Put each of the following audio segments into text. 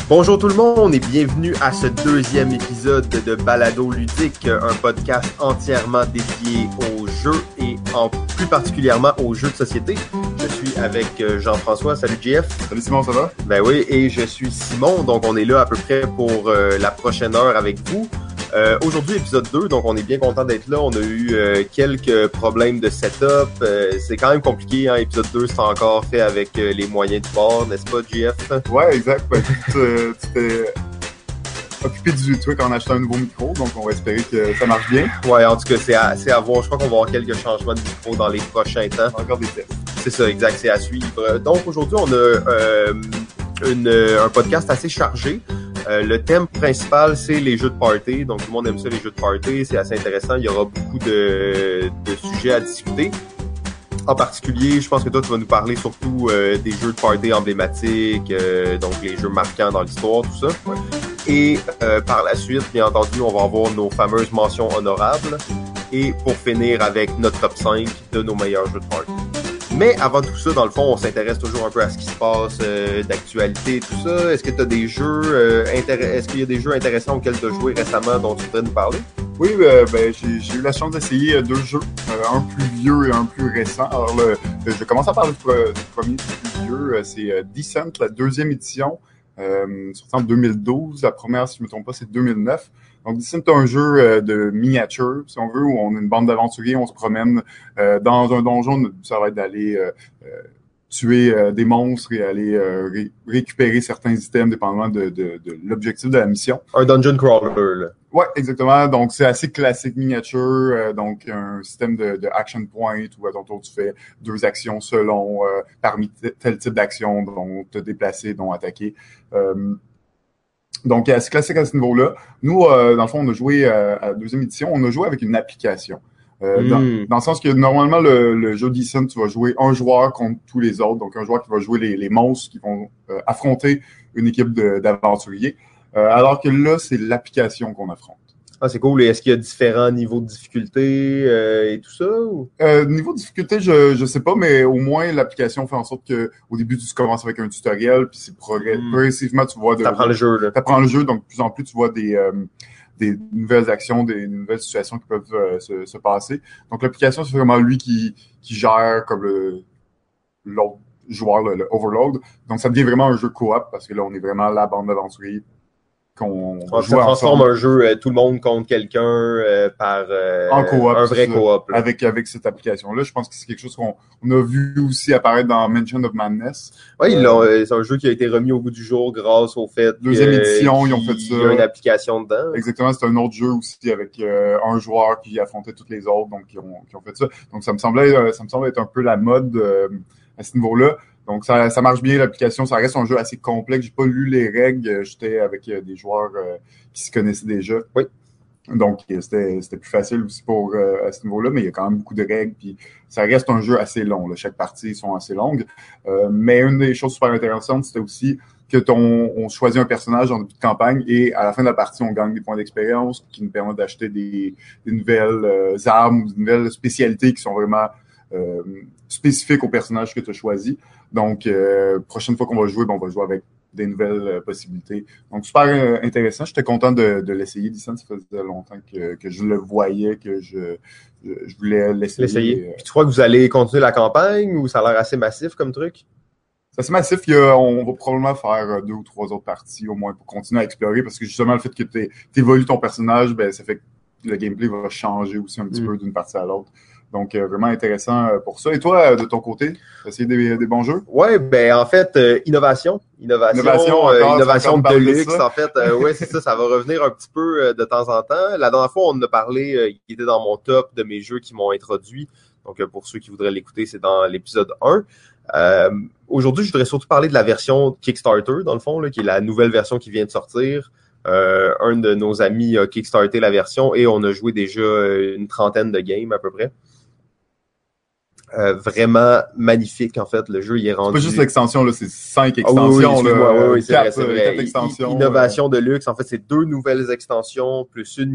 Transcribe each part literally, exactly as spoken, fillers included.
Bonjour tout le monde et bienvenue à ce deuxième épisode de Balado Ludique, un podcast entièrement dédié aux jeux et en plus particulièrement aux jeux de société. Je suis avec Jean-François. Salut J F. Salut Simon, ça va? Ben oui, et je suis Simon, donc on est là à peu près pour euh, la prochaine heure avec vous. Euh, aujourd'hui, épisode deux, donc on est bien content d'être là. On a eu euh, quelques problèmes de setup. Euh, c'est quand même compliqué, hein. Épisode deux, c'est encore fait avec euh, les moyens du bord, n'est-ce pas, J F? Ouais, exact. Ben, tu, euh, tu t'es occupé du truc en achetant un nouveau micro, donc on va espérer que ça marche bien. Ouais, en tout cas, c'est à, c'est à voir. Je crois qu'on va avoir quelques changements de micro dans les prochains temps. Encore des tests. C'est ça, exact, c'est à suivre. Donc aujourd'hui, on a euh, une, un podcast assez chargé. Euh, le thème principal, c'est les jeux de party. Donc, tout le monde aime ça, les jeux de party. C'est assez intéressant. Il y aura beaucoup de, de sujets à discuter. En particulier, je pense que toi, tu vas nous parler surtout euh, des jeux de party emblématiques, euh, donc les jeux marquants dans l'histoire, tout ça. Ouais. Et euh, par la suite, bien entendu, on va avoir nos fameuses mentions honorables. Et pour finir avec notre top cinq de nos meilleurs jeux de party. Mais avant tout ça, dans le fond, on s'intéresse toujours un peu à ce qui se passe euh, d'actualité et tout ça. Est-ce que tu as des jeux euh, intér- Est-ce qu'il y a des jeux intéressants auxquels tu as joué récemment dont tu voudrais nous parler? Oui, euh, ben, j'ai, j'ai eu la chance d'essayer deux jeux, euh, un plus vieux et un plus récent. Alors, le, je vais commencer par le, le premier, le plus vieux, c'est euh, Descent, la deuxième édition, euh, sortie en deux mille douze. La première, si je ne me trompe pas, c'est deux mille neuf. Donc, Descent est un jeu euh, de miniature, si on veut, où on a une bande d'aventuriers, on se promène euh, dans un donjon. Ça va être d'aller euh, euh, tuer euh, des monstres et aller euh, ré- récupérer certains items dépendamment de, de, de l'objectif de la mission. Un dungeon crawler, là. Ouais, exactement. Donc, c'est assez classique miniature. Euh, donc, un système de, de action point où à ton tour, tu fais deux actions selon euh, parmi t- tel type d'action, dont te déplacer, dont attaquer. Euh, donc, assez classique à ce niveau-là. Nous, euh, dans le fond, on a joué euh, à la deuxième édition, on a joué avec une application. Euh, Mm. dans, dans le sens que normalement, le, le jeu Descent, tu vas jouer un joueur contre tous les autres. Donc, un joueur qui va jouer les, les monstres qui vont euh, affronter une équipe de, d'aventuriers. Euh, alors que là, c'est l'application qu'on affronte. Ah, c'est cool. Et est-ce qu'il y a différents niveaux de difficulté euh, et tout ça? Ou? Euh, niveau difficulté, je je sais pas, mais au moins l'application fait en sorte que au début tu commences avec un tutoriel, puis c'est progr- Mm. progressivement tu vois de T'apprends le jeu, là. t'apprends le jeu, donc de plus en plus tu vois des euh, des nouvelles actions, des, des nouvelles situations qui peuvent euh, se, se passer. Donc l'application c'est vraiment lui qui qui gère comme le l'autre joueur, le, le Overload. Donc ça devient vraiment un jeu coop parce que là on est vraiment la bande d'aventuriers qu'on Ah, joue ça transforme ensemble. un jeu euh, tout le monde contre quelqu'un euh, par euh, En coop, un vrai c'est ça. coop. Là. Avec avec cette application-là. Je pense que c'est quelque chose qu'on on a vu aussi apparaître dans Mansion of Madness. Oui, ils Euh, l'ont, euh, c'est un jeu qui a été remis au goût du jour grâce au fait Deuxième que, édition, qu'il ils ont fait ça. y a une application dedans. Exactement, c'est un autre jeu aussi avec euh, un joueur qui affrontait tous les autres, donc qui ont, qui ont fait ça. Donc ça me semblait, euh, ça me semble être un peu la mode euh, à ce niveau-là. Donc ça, ça marche bien l'application, ça reste un jeu assez complexe. J'ai pas lu les règles, j'étais avec euh, des joueurs euh, qui se connaissaient déjà. Oui. Donc c'était, c'était plus facile aussi pour euh, à ce niveau-là, mais il y a quand même beaucoup de règles. Puis ça reste un jeu assez long. Là. Chaque partie sont assez longues. Euh, mais une des choses super intéressantes, c'était aussi que ton, on choisit un personnage en début de campagne et à la fin de la partie, on gagne des points d'expérience qui nous permettent d'acheter des, des nouvelles euh, armes ou des nouvelles spécialités qui sont vraiment euh, spécifiques au personnage que tu as choisi. Donc, euh, prochaine fois qu'on va jouer, ben, on va jouer avec des nouvelles euh, possibilités. Donc, super euh, intéressant. J'étais content de, de l'essayer. Descent, ça faisait longtemps que, que je le voyais, que je, je, je voulais l'essayer. L'essayer. Euh, Puis tu crois que vous allez continuer la campagne ou ça a l'air assez massif comme truc? C'est assez massif. Il y a, on va probablement faire deux ou trois autres parties au moins pour continuer à explorer parce que justement, le fait que tu évolues ton personnage, ben, ça fait que le gameplay va changer aussi un petit Mm. peu d'une partie à l'autre. Donc, euh, vraiment intéressant euh, pour ça. Et toi, euh, de ton côté, t'as essayé des, des bons jeux? Ouais, ben en fait, euh, innovation. Innovation, Innovation, euh, encore, innovation tu vas encore de me parler de luxe, ça. en fait. Euh, ouais, c'est ça, ça va revenir un petit peu euh, de temps en temps. La dernière fois, on en a parlé, euh, il était dans mon top de mes jeux qui m'ont introduit. Donc, euh, pour ceux qui voudraient l'écouter, c'est dans l'épisode un. Euh, aujourd'hui, je voudrais surtout parler de la version Kickstarter, dans le fond, là, qui est la nouvelle version qui vient de sortir. Euh, un de nos amis a kickstarté la version et on a joué déjà une trentaine de games à peu près. Euh, vraiment magnifique, en fait. Le jeu, il est rendu... C'est pas juste l'extension, là, c'est cinq Ah oui, oui, extensions. excuse-moi, là, oui, oui, c'est quatre, vrai, c'est vrai. quatre extensions. Innovation de luxe. En fait, c'est deux nouvelles extensions, plus une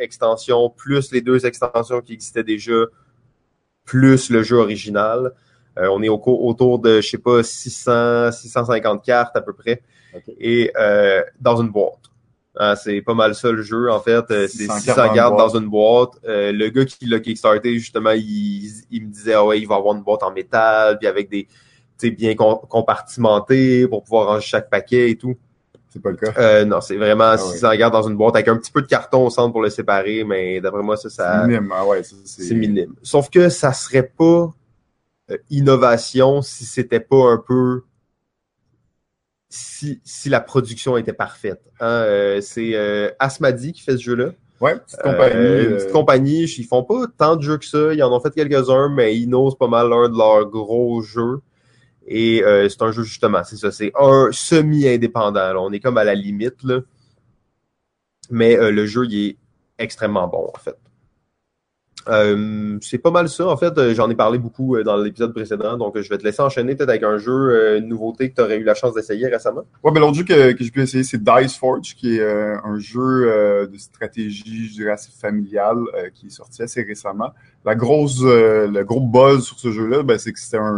mini-extension, plus les deux extensions qui existaient déjà, plus le jeu original. Euh, on est au, autour de, je sais pas, six cents, six cent cinquante cartes à peu près. Okay. Et euh, dans une boîte. Hein, c'est pas mal ça le jeu, en fait. Euh, c'est six cents cartes dans une boîte. Euh, le gars qui l'a kickstarté, justement, il, il me disait, ah ouais, il va avoir une boîte en métal, puis avec des, tu sais, bien compartimenté pour pouvoir ranger chaque paquet et tout. C'est pas le cas? Euh, non, c'est vraiment ah, six cents ouais. cartes dans une boîte avec un petit peu de carton au centre pour le séparer, mais d'après moi, ça, ça... C'est minime, ah ouais. Ça, c'est... c'est minime. Sauf que ça serait pas euh, innovation si c'était pas un peu... Si, si la production était parfaite. Hein? Euh, c'est euh, Asmadi qui fait ce jeu-là. Ouais, petite compagnie. Euh, une petite compagnie. Ils font pas tant de jeux que ça. Ils en ont fait quelques-uns, mais ils n'osent pas mal un de leurs gros jeux. Et euh, c'est un jeu, justement, c'est ça. C'est un semi-indépendant. Là. On est comme à la limite, là. Mais euh, le jeu, il est extrêmement bon, en fait. Euh, c'est pas mal ça. En fait, euh, j'en ai parlé beaucoup euh, dans l'épisode précédent, donc euh, je vais te laisser enchaîner peut-être avec un jeu, euh, une nouveauté que tu aurais eu la chance d'essayer récemment. Ouais, ben l'autre jeu que, que j'ai pu essayer, c'est Dice Forge, qui est euh, un jeu euh, de stratégie, je dirais assez familial, euh, qui est sorti assez récemment. La grosse, euh, le gros buzz sur ce jeu-là, ben c'est que c'était un,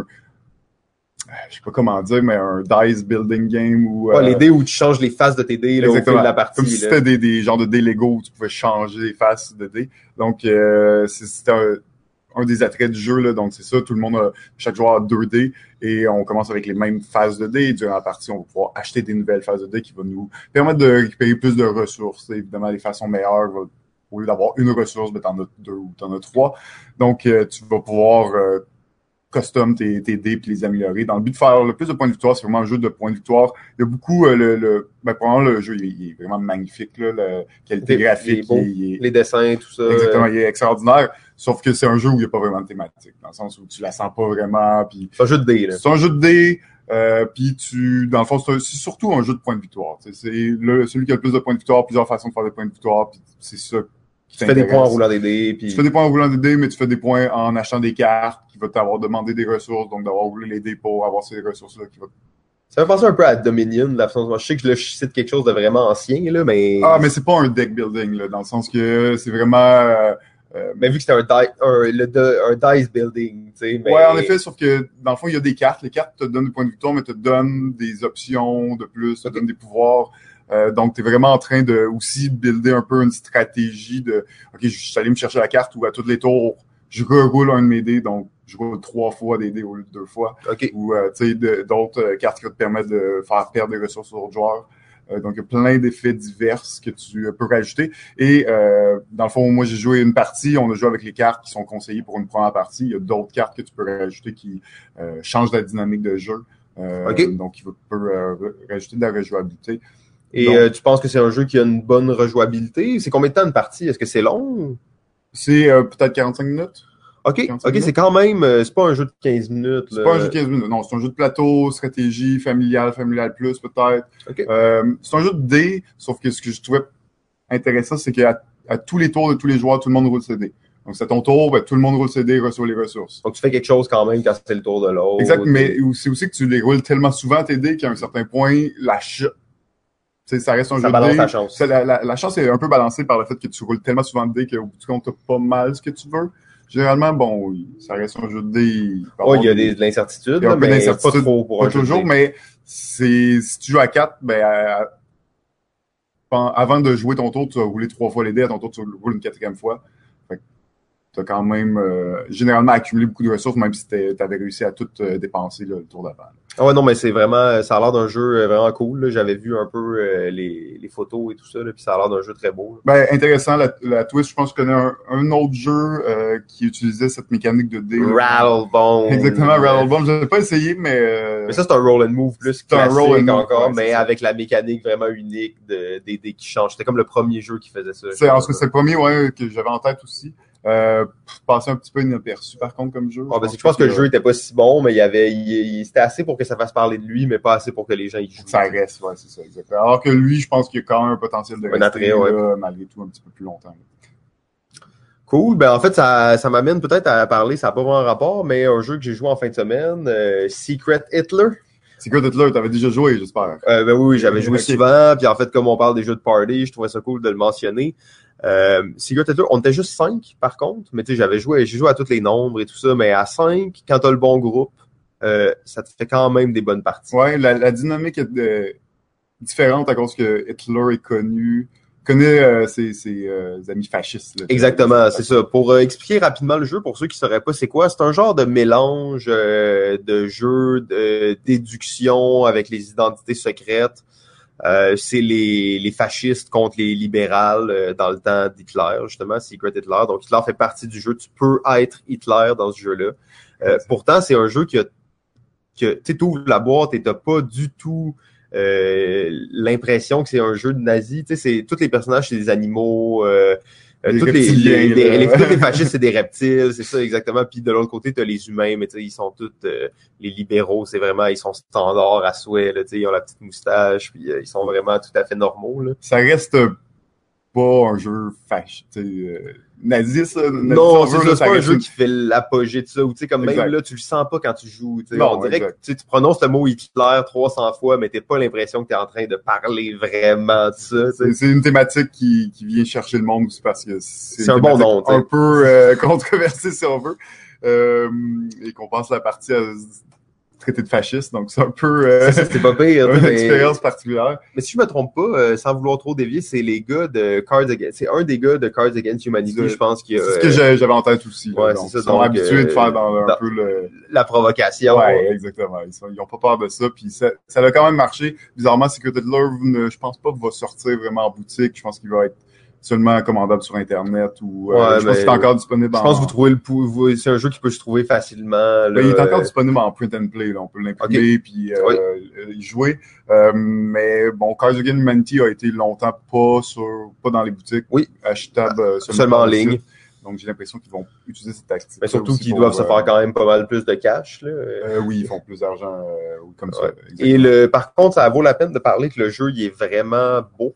je sais pas comment dire, mais un dice building game où... Ouais, euh, les dés où tu changes les faces de tes dés là, au fil de la partie. Comme si c'était des, des genres de dés Lego où tu pouvais changer les faces de dés. Donc, euh, c'était un, un des attraits du jeu. Là. Donc, c'est ça, tout le monde a... Chaque joueur a deux dés et on commence avec les mêmes faces de dés. Durant la partie, on va pouvoir acheter des nouvelles faces de dés qui vont nous permettre de récupérer plus de ressources. Évidemment, les façons meilleures, va, au lieu d'avoir une ressource, ben, t'en as deux ou t'en as trois. Donc, euh, tu vas pouvoir... Euh, custom tes, tes dés puis les améliorer. Dans le but de faire le plus de points de victoire, c'est vraiment un jeu de points de victoire. Il y a beaucoup, euh, le, le, ben, probablement le jeu, il est, il est vraiment magnifique, là, la qualité graphique. Il est beau, il est, les dessins, tout ça. Exactement, il est extraordinaire. Sauf que c'est un jeu où il n'y a pas vraiment de thématique, dans le sens où tu la sens pas vraiment. Puis c'est un jeu de dés, là. C'est un jeu de dés, euh, puis tu, dans le fond, c'est, un, c'est surtout un jeu de points de victoire. T'sais. C'est le, celui qui a le plus de points de victoire, plusieurs façons de faire des points de victoire, puis c'est ça. Tu fais des points en roulant des dés. Puis... Tu fais des points en roulant des dés, mais tu fais des points en achetant des cartes qui vont t'avoir demandé des ressources, donc d'avoir roulé les dés pour avoir ces ressources-là. Qui va... Ça me fait penser un peu à Dominion, la façon. Je sais que je, je cite quelque chose de vraiment ancien, là, mais... Ah, mais c'est pas un deck building, là, dans le sens que c'est vraiment... Euh, euh, mais vu que c'était un, di- un, le, un dice building, tu sais. Mais... Ouais, en effet, sauf que dans le fond, il y a des cartes. Les cartes te donnent des points de victoire, mais te donnent des options de plus, te donnent des pouvoirs. Euh, donc, tu es vraiment en train de aussi builder un peu une stratégie de OK, je suis allé me chercher la carte où à tous les tours, je reroule un de mes dés, donc je roule trois fois des dés au lieu de deux fois. Okay. Ou euh, tu sais, d'autres euh, cartes qui vont te permettre de faire perdre des ressources aux autres joueurs. Euh, donc, il y a plein d'effets divers que tu euh, peux rajouter. Et euh, dans le fond, moi, j'ai joué une partie. On a joué avec les cartes qui sont conseillées pour une première partie. Il y a d'autres cartes que tu peux rajouter qui euh, changent la dynamique de jeu. Euh, okay. Donc, il va peut euh, rajouter de la rejouabilité. Et euh, tu penses que c'est un jeu qui a une bonne rejouabilité? C'est combien de temps une partie? Est-ce que c'est long? C'est euh, peut-être quarante-cinq minutes. OK, OK, minutes. C'est quand même... Euh, c'est pas un jeu de quinze minutes. C'est là. Pas un jeu de quinze minutes. Non, c'est un jeu de plateau, stratégie, familial, familial plus peut-être. Okay. Euh, c'est un jeu de dés, sauf que ce que je trouvais intéressant, c'est qu'à à tous les tours de tous les joueurs, tout le monde roule ses dés. Donc, c'est ton tour, ben, tout le monde roule ses dés, reçoit les ressources. Donc, tu fais quelque chose quand même quand c'est le tour de l'autre. Exact, mais c'est aussi que tu les roules tellement souvent tes dés qu'à un certain point, la ch... T'sais, ça reste un ça jeu balance de dés. La chance. La, la, la chance est un peu balancée par le fait que tu roules tellement souvent de dés qu'au bout du compte, t'as pas mal ce que tu veux. Généralement, bon, ça reste un jeu de dés. Oh, il y a des, de l'incertitude, il y a un peu mais d'incertitude, pas trop pour pas un jeu toujours, de dés. Mais c'est, si tu joues à quatre, ben, à, à, avant de jouer ton tour, tu vas rouler trois fois les dés, à ton tour, tu roules une quatrième fois. Fait que tu as quand même, euh, généralement accumulé beaucoup de ressources, même si tu avais réussi à tout euh, dépenser, là, le tour d'avant. Ah ouais, non, mais c'est vraiment, ça a l'air d'un jeu vraiment cool, là. J'avais vu un peu euh, les, les photos et tout ça, là, puis ça a l'air d'un jeu très beau, là. Ben, intéressant, la, la twist, je pense que je connais un, un autre jeu euh, qui utilisait cette mécanique de dés. Rattlebone. Exactement, Rattlebone. Je n'ai pas essayé, mais... Euh, mais ça, c'est un roll and move plus c'est un roll and move, encore, ouais, mais ça. avec la mécanique vraiment unique de, des dés qui changent. C'était comme le premier jeu qui faisait ça. C'est, en tout cas, c'est le premier, ouais, que j'avais en tête aussi. Euh, passer un petit peu inaperçu par contre comme jeu. Ah, ben, je, pense je pense que, que le jeu était pas si bon, mais il y avait, il, il, c'était assez pour que ça fasse parler de lui, mais pas assez pour que les gens y jouent. Ça reste, ouais, c'est ça, exactement. Alors que lui, je pense qu'il y a quand même un potentiel de un rester attrait, là, ouais. malgré tout un petit peu plus longtemps. Là. Cool. Ben en fait, ça, ça m'amène peut-être à parler, ça n'a pas vraiment rapport, mais un jeu que j'ai joué en fin de semaine, euh, Secret Hitler. Secret Hitler, t'avais déjà joué, j'espère. Euh, ben oui, j'avais joué okay. souvent, puis en fait, comme on parle des jeux de party, je trouvais ça cool de le mentionner. Euh, Secret Hitler, on était juste cinq par contre, mais tu sais, j'avais joué, j'ai joué à tous les nombres et tout ça, mais à cinq, quand t'as le bon groupe, euh, ça te fait quand même des bonnes parties. Ouais, la, la dynamique est euh, différente à cause que Hitler est connu, connaît euh, ses, ses euh, amis fascistes. Là, Exactement, c'est ça. Pour euh, expliquer rapidement le jeu, pour ceux qui sauraient pas c'est quoi, c'est un genre de mélange euh, de jeu de déduction avec les identités secrètes. Euh, c'est les, les fascistes contre les libérales euh, dans le temps d'Hitler, justement, Secret Hitler. Donc Hitler fait partie du jeu. Tu peux être Hitler dans ce jeu-là. Euh, ouais, pourtant, c'est un jeu qui a que tu ouvres la boîte et t'as pas du tout euh, l'impression que c'est un jeu de nazi. Tu sais, c'est tous les personnages, c'est des animaux. Euh, les tous les, les, les, les, tous les fascistes, c'est des reptiles, c'est ça exactement. Puis de l'autre côté, t'as les humains, mais tu sais, ils sont tous euh, les libéraux. C'est vraiment, ils sont standards à souhait. Là, tu sais, ils ont la petite moustache, puis euh, ils sont vraiment tout à fait normaux. Là. Ça reste pas un jeu fâche, tu sais, euh, nazi, ça. Nazi, non, c'est ça, c'est pas un jeu une... qui fait l'apogée de ça, ou tu sais, comme exact. Même là, tu le sens pas quand tu joues, tu sais, on dirait exact. Que tu prononces le mot Hitler trois cents fois, mais t'as pas l'impression que t'es en train de parler vraiment de ça, c'est, c'est une thématique qui, qui vient chercher le monde aussi parce que c'est, c'est un bon nom, un peu euh, controversé si on veut, euh, et qu'on passe la partie à traité de fasciste, donc c'est un peu euh, ça, c'est pas pire, une mais... expérience particulière. Mais si je me trompe pas, euh, sans vouloir trop dévier, c'est les gars de Cards Against, c'est un des gars de Cards Against Humanity, de... je pense qu'il y a. C'est ce que euh... j'avais en tête aussi. Ouais, donc, c'est ça. Ils sont donc, habitués euh, de faire dans un dans peu le la provocation. Ouais, exactement. Ils, sont, ils ont pas peur de ça, puis ça, ça a quand même marché. Bizarrement, Secret Hitler, je pense pas qu'il va sortir vraiment en boutique. Je pense qu'il va être seulement commandable sur Internet ou euh, ouais, je pense qu'il est encore disponible je en... Je pense que vous trouvez le vous, c'est un jeu qui peut se trouver facilement. Là, ben, il est encore disponible en print and play, là. On peut l'imprimer okay. puis euh, oui. y jouer. Euh, mais bon, Cards Against Humanity a été longtemps pas sur pas dans les boutiques, oui. achetable euh, seulement, seulement en ligne. Site. Donc j'ai l'impression qu'ils vont utiliser cette activité. Mais surtout qu'ils doivent euh, se faire quand même pas mal plus de cash. Là. Euh, oui, ils font plus d'argent euh, comme ouais. ça. Exactement. Et le par contre, ça vaut la peine de parler que le jeu il est vraiment beau.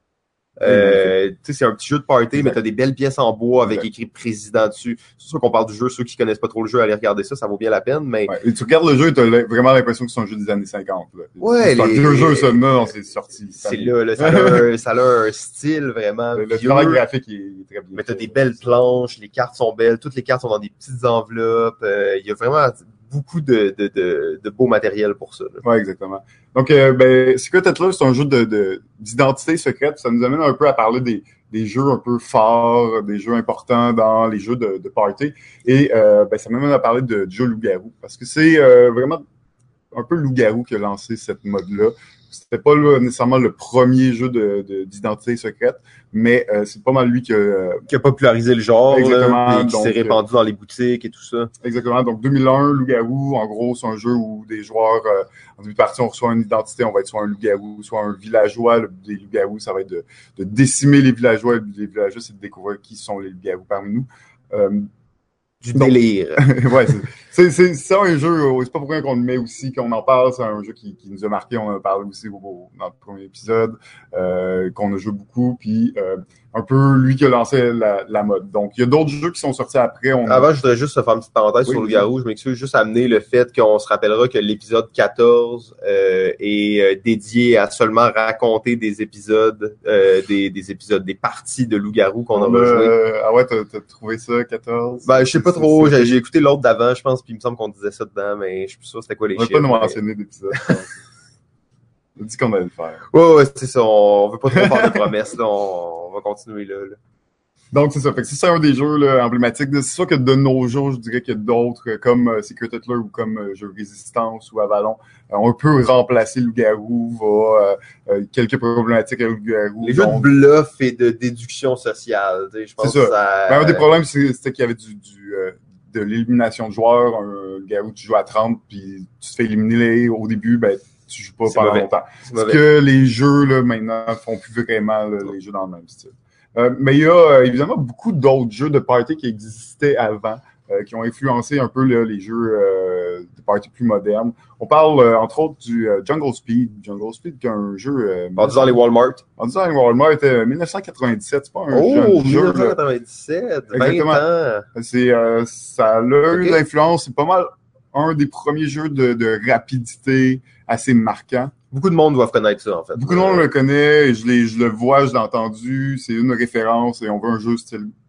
Euh, tu sais, c'est un petit jeu de party, exact. Mais t'as des belles pièces en bois avec exact. Écrit président dessus. C'est sûr qu'on parle du jeu, ceux qui connaissent pas trop le jeu, allez regarder ça, ça vaut bien la peine, mais... Ouais. Et tu regardes le jeu et t'as vraiment l'impression que c'est un jeu des années cinquante, là. Ouais, c'est les... un vieux jeu, ça, non, c'est sorti. C'est là, là, ça a, un, ça a un style vraiment Le, le travail graphique est, est très bien. Mais t'as des belles planches, les cartes sont belles, toutes les cartes sont dans des petites enveloppes, il euh, y a vraiment beaucoup de, de, de, de beau matériel pour ça. Là. Ouais, exactement. Donc, euh, ben, Secret Hitler, c'est un jeu de, de, d'identité secrète. Ça nous amène un peu à parler des, des jeux un peu forts, des jeux importants dans les jeux de, de party. Et euh, ben, ça m'amène à parler de, de jeu loup-garou. Parce que c'est euh, vraiment un peu loup-garou qui a lancé cette mode-là. C'était pas là, nécessairement le premier jeu de, de, d'identité secrète, mais euh, c'est pas mal lui qui a, euh, qui a popularisé le genre, exactement, là, et qui donc, s'est répandu dans les boutiques et tout ça. Exactement. Donc deux mille un, Loup-garou, en gros, c'est un jeu où des joueurs, euh, en début de partie, on reçoit une identité, on va être soit un loup-garou, soit un villageois. Le, des loups-garous, ça va être de, de décimer les villageois. Les villageois, c'est de découvrir qui sont les loups-garous parmi nous. Euh, Du Donc, délire. ouais, c'est, c'est, c'est, c'est un jeu, c'est pas pour rien qu'on le met aussi, qu'on en parle, c'est un jeu qui, qui nous a marqué, on en a parlé aussi au, au, dans le premier épisode, euh, qu'on a joué beaucoup, puis euh, un peu lui qui a lancé la, la mode. Donc, il y a d'autres jeux qui sont sortis après. On... Avant, je voudrais juste faire une petite parenthèse oui, sur le Loup-garou. Je m'excuse juste amener le fait qu'on se rappellera que l'épisode quatorze euh, est euh, dédié à seulement raconter des épisodes, euh, des, des épisodes, des parties de Loup-garou qu'on a rejoué. Euh, ah ouais, t'as, t'as trouvé ça, quatorze? Ben, je sais pas trop. J'ai, j'ai écouté l'autre d'avant, je pense, puis il me semble qu'on disait ça dedans, mais je suis plus sûr c'était quoi les chiffres. On va pas nous mentionner d'épisodes. On a dit qu'on allait le faire. Ouais, ouais, c'est ça. On veut pas trop faire de promesses, là. On, on va continuer là, là. Donc, c'est ça. Fait que c'est un des jeux là, emblématiques. C'est sûr que de nos jours, je dirais qu'il y a d'autres, comme euh, Secret Hitler ou comme euh, Jeux Résistance ou Avalon. Euh, on peut remplacer Loup-garou, va euh, quelques problématiques avec Loup-garou. Les jeux de bluff et de déduction sociale, tu sais, je pense c'est ça. que ça... Ben, un des problèmes, c'était qu'il y avait du... du euh, de l'élimination de joueurs, un Loup-garou, tu joues à trente, puis tu te fais éliminer au début, ben tu joues pas c'est pendant mauvais. longtemps. C'est Parce que les jeux, là, maintenant, font plus vraiment là, les jeux dans le même style. Euh, mais il y a euh, évidemment beaucoup d'autres jeux de party qui existaient avant, euh, qui ont influencé un peu là, les jeux euh, de party plus modernes. On parle euh, entre autres du euh, Jungle Speed. Jungle Speed, qui est un jeu... Euh, en disant les Walmart. En disant les Walmart, était dix-neuf cent quatre-vingt-dix-sept. C'est pas un oh, jeune jeu. Oh, dix-neuf cent quatre-vingt-dix-sept, Exactement. vingt ans. C'est, euh, ça a eu okay. l'influence. C'est pas mal un des premiers jeux de, de rapidité assez marquant. Beaucoup de monde doivent connaître ça, en fait. Beaucoup de monde le connaît, je, l'ai, je le vois, je l'ai entendu, c'est une référence et on veut un jeu style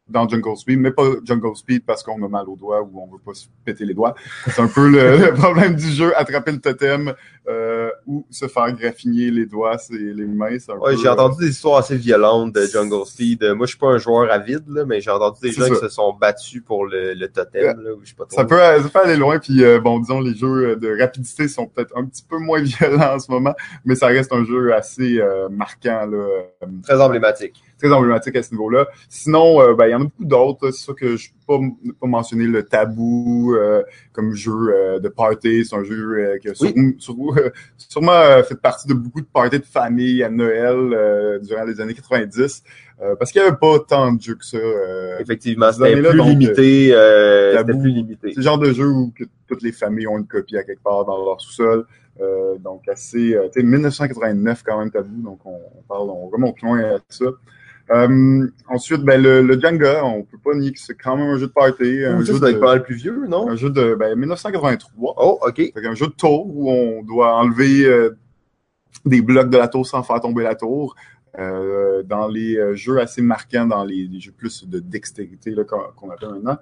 dans Jungle Speed, mais pas Jungle Speed parce qu'on a mal aux doigts ou on veut pas se péter les doigts. C'est un peu le, le problème du jeu, attraper le totem euh, ou se faire graffiner les doigts, c'est les mains. C'est un ouais, peu, j'ai entendu des histoires assez violentes de Jungle Speed. Moi, je suis pas un joueur avide, là, mais j'ai entendu des gens qui se sont battus pour le, le totem. Là, je sais pas trop. Ça peut, ça peut aller loin, puis euh, bon, disons, les jeux de rapidité sont peut-être un petit peu moins violents en ce moment, mais ça reste un jeu assez euh, marquant, là. Très emblématique. Très emblématique à ce niveau-là. Sinon, euh, ben, il y en a beaucoup d'autres. C'est sûr que je peux pas, pas mentionner le Tabou euh, comme jeu euh, de party. C'est un jeu euh, qui a sur, oui. sur, euh, sûrement euh, fait partie de beaucoup de parties de famille à Noël euh, durant les années quatre-vingt-dix. Euh, parce qu'il n'y avait pas tant de jeux que ça. Euh, Effectivement, c'était plus, donc, limité, euh, Tabou, c'était plus limité. C'est le genre de jeu où que toutes les familles ont une copie à quelque part dans leur sous-sol. Euh, donc assez, euh, tu sais, dix-neuf cent quatre-vingt-neuf quand même Tabou, donc on, on parle, on remonte loin à ça. Euh, ensuite, ben le, le Jenga, on peut pas nier que c'est quand même un jeu de party. Un un jeu jeu de, de pas mal plus vieux, non? Un jeu de ben, dix-neuf cent quatre-vingt-trois. Oh, ok. C'est un jeu de tour où on doit enlever euh, des blocs de la tour sans faire tomber la tour. Euh, dans les euh, jeux assez marquants, dans les, les jeux plus de dextérité là, qu'on, qu'on appelle maintenant.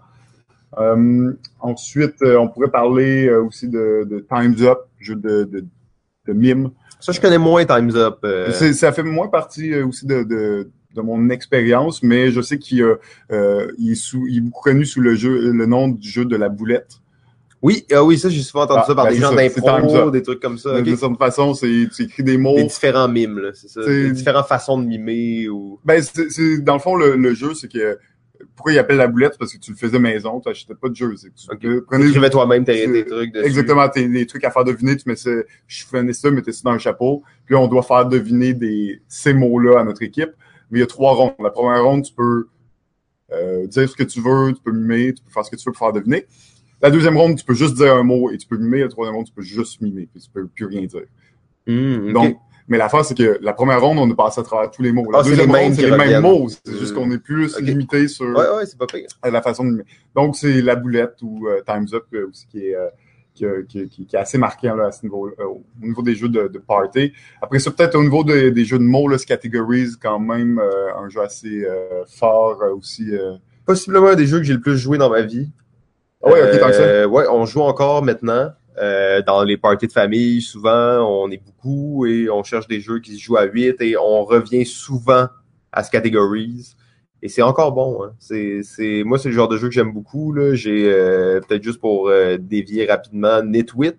Euh, ensuite, euh, on pourrait parler euh, aussi de, de Time's Up, jeu de, de, de mime. Ça, je connais moins Time's Up. Euh... C'est, ça fait moins partie euh, aussi de, de, de mon expérience, mais je sais qu'il euh, il est, sous, il est beaucoup connu sous le jeu, le nom du jeu de la boulette. Oui, euh, oui, ça, j'ai souvent entendu ah, ça par ben des gens d'impro, des trucs comme ça. De, okay. de certaine façon, c'est, tu écris des mots. Des différents mimes, là, c'est ça. C'est... Des différentes façons de mimer ou. Ben, c'est, c'est dans le fond, le, le jeu, c'est que, pourquoi il appelle la boulette? Parce que tu le faisais maison, tu n'achetais pas de jeu. C'est que tu okay. prenais, tu écrivais toi-même tes, tes trucs dessus. Exactement, tes, des trucs à faire deviner, tu mettais, je faisais ça, mettais ça dans un chapeau. Puis là, on doit faire deviner des, ces mots-là à notre équipe. Mais il y a trois rondes. La première ronde, tu peux euh, dire ce que tu veux, tu peux mimer, tu peux faire ce que tu veux pour faire deviner. La deuxième ronde, tu peux juste dire un mot et tu peux mimer. La troisième ronde, tu peux juste mimer, puis tu peux plus rien dire. Mmh, okay. Donc, mais l'affaire, c'est que la première ronde, on a passé à travers tous les mots. La ah, deuxième c'est ronde, c'est les mêmes mots. C'est mmh. juste qu'on est plus okay. limité sur ouais, ouais, c'est pas pire. la façon de mimer. Donc, c'est la boulette ou euh, Time's Up euh, aussi qui est, euh, qui, qui, qui, qui est assez marquant là, à ce niveau, euh, au niveau des jeux de, de party. Après ça, peut-être au niveau de, des jeux de mots, là, ce Categories, quand même, euh, un jeu assez euh, fort euh, aussi. Euh... Possiblement un des jeux que j'ai le plus joué dans ma vie. Ah ouais, ok, tant que ça. Euh, ouais, on joue encore maintenant. Euh, dans les parties de famille, souvent, on est beaucoup et on cherche des jeux qui se jouent à huit et on revient souvent à ce Categories. Et c'est encore bon. Hein. C'est, c'est, moi, c'est le genre de jeu que j'aime beaucoup. Là. J'ai euh, peut-être juste pour euh, dévier rapidement Nitwit.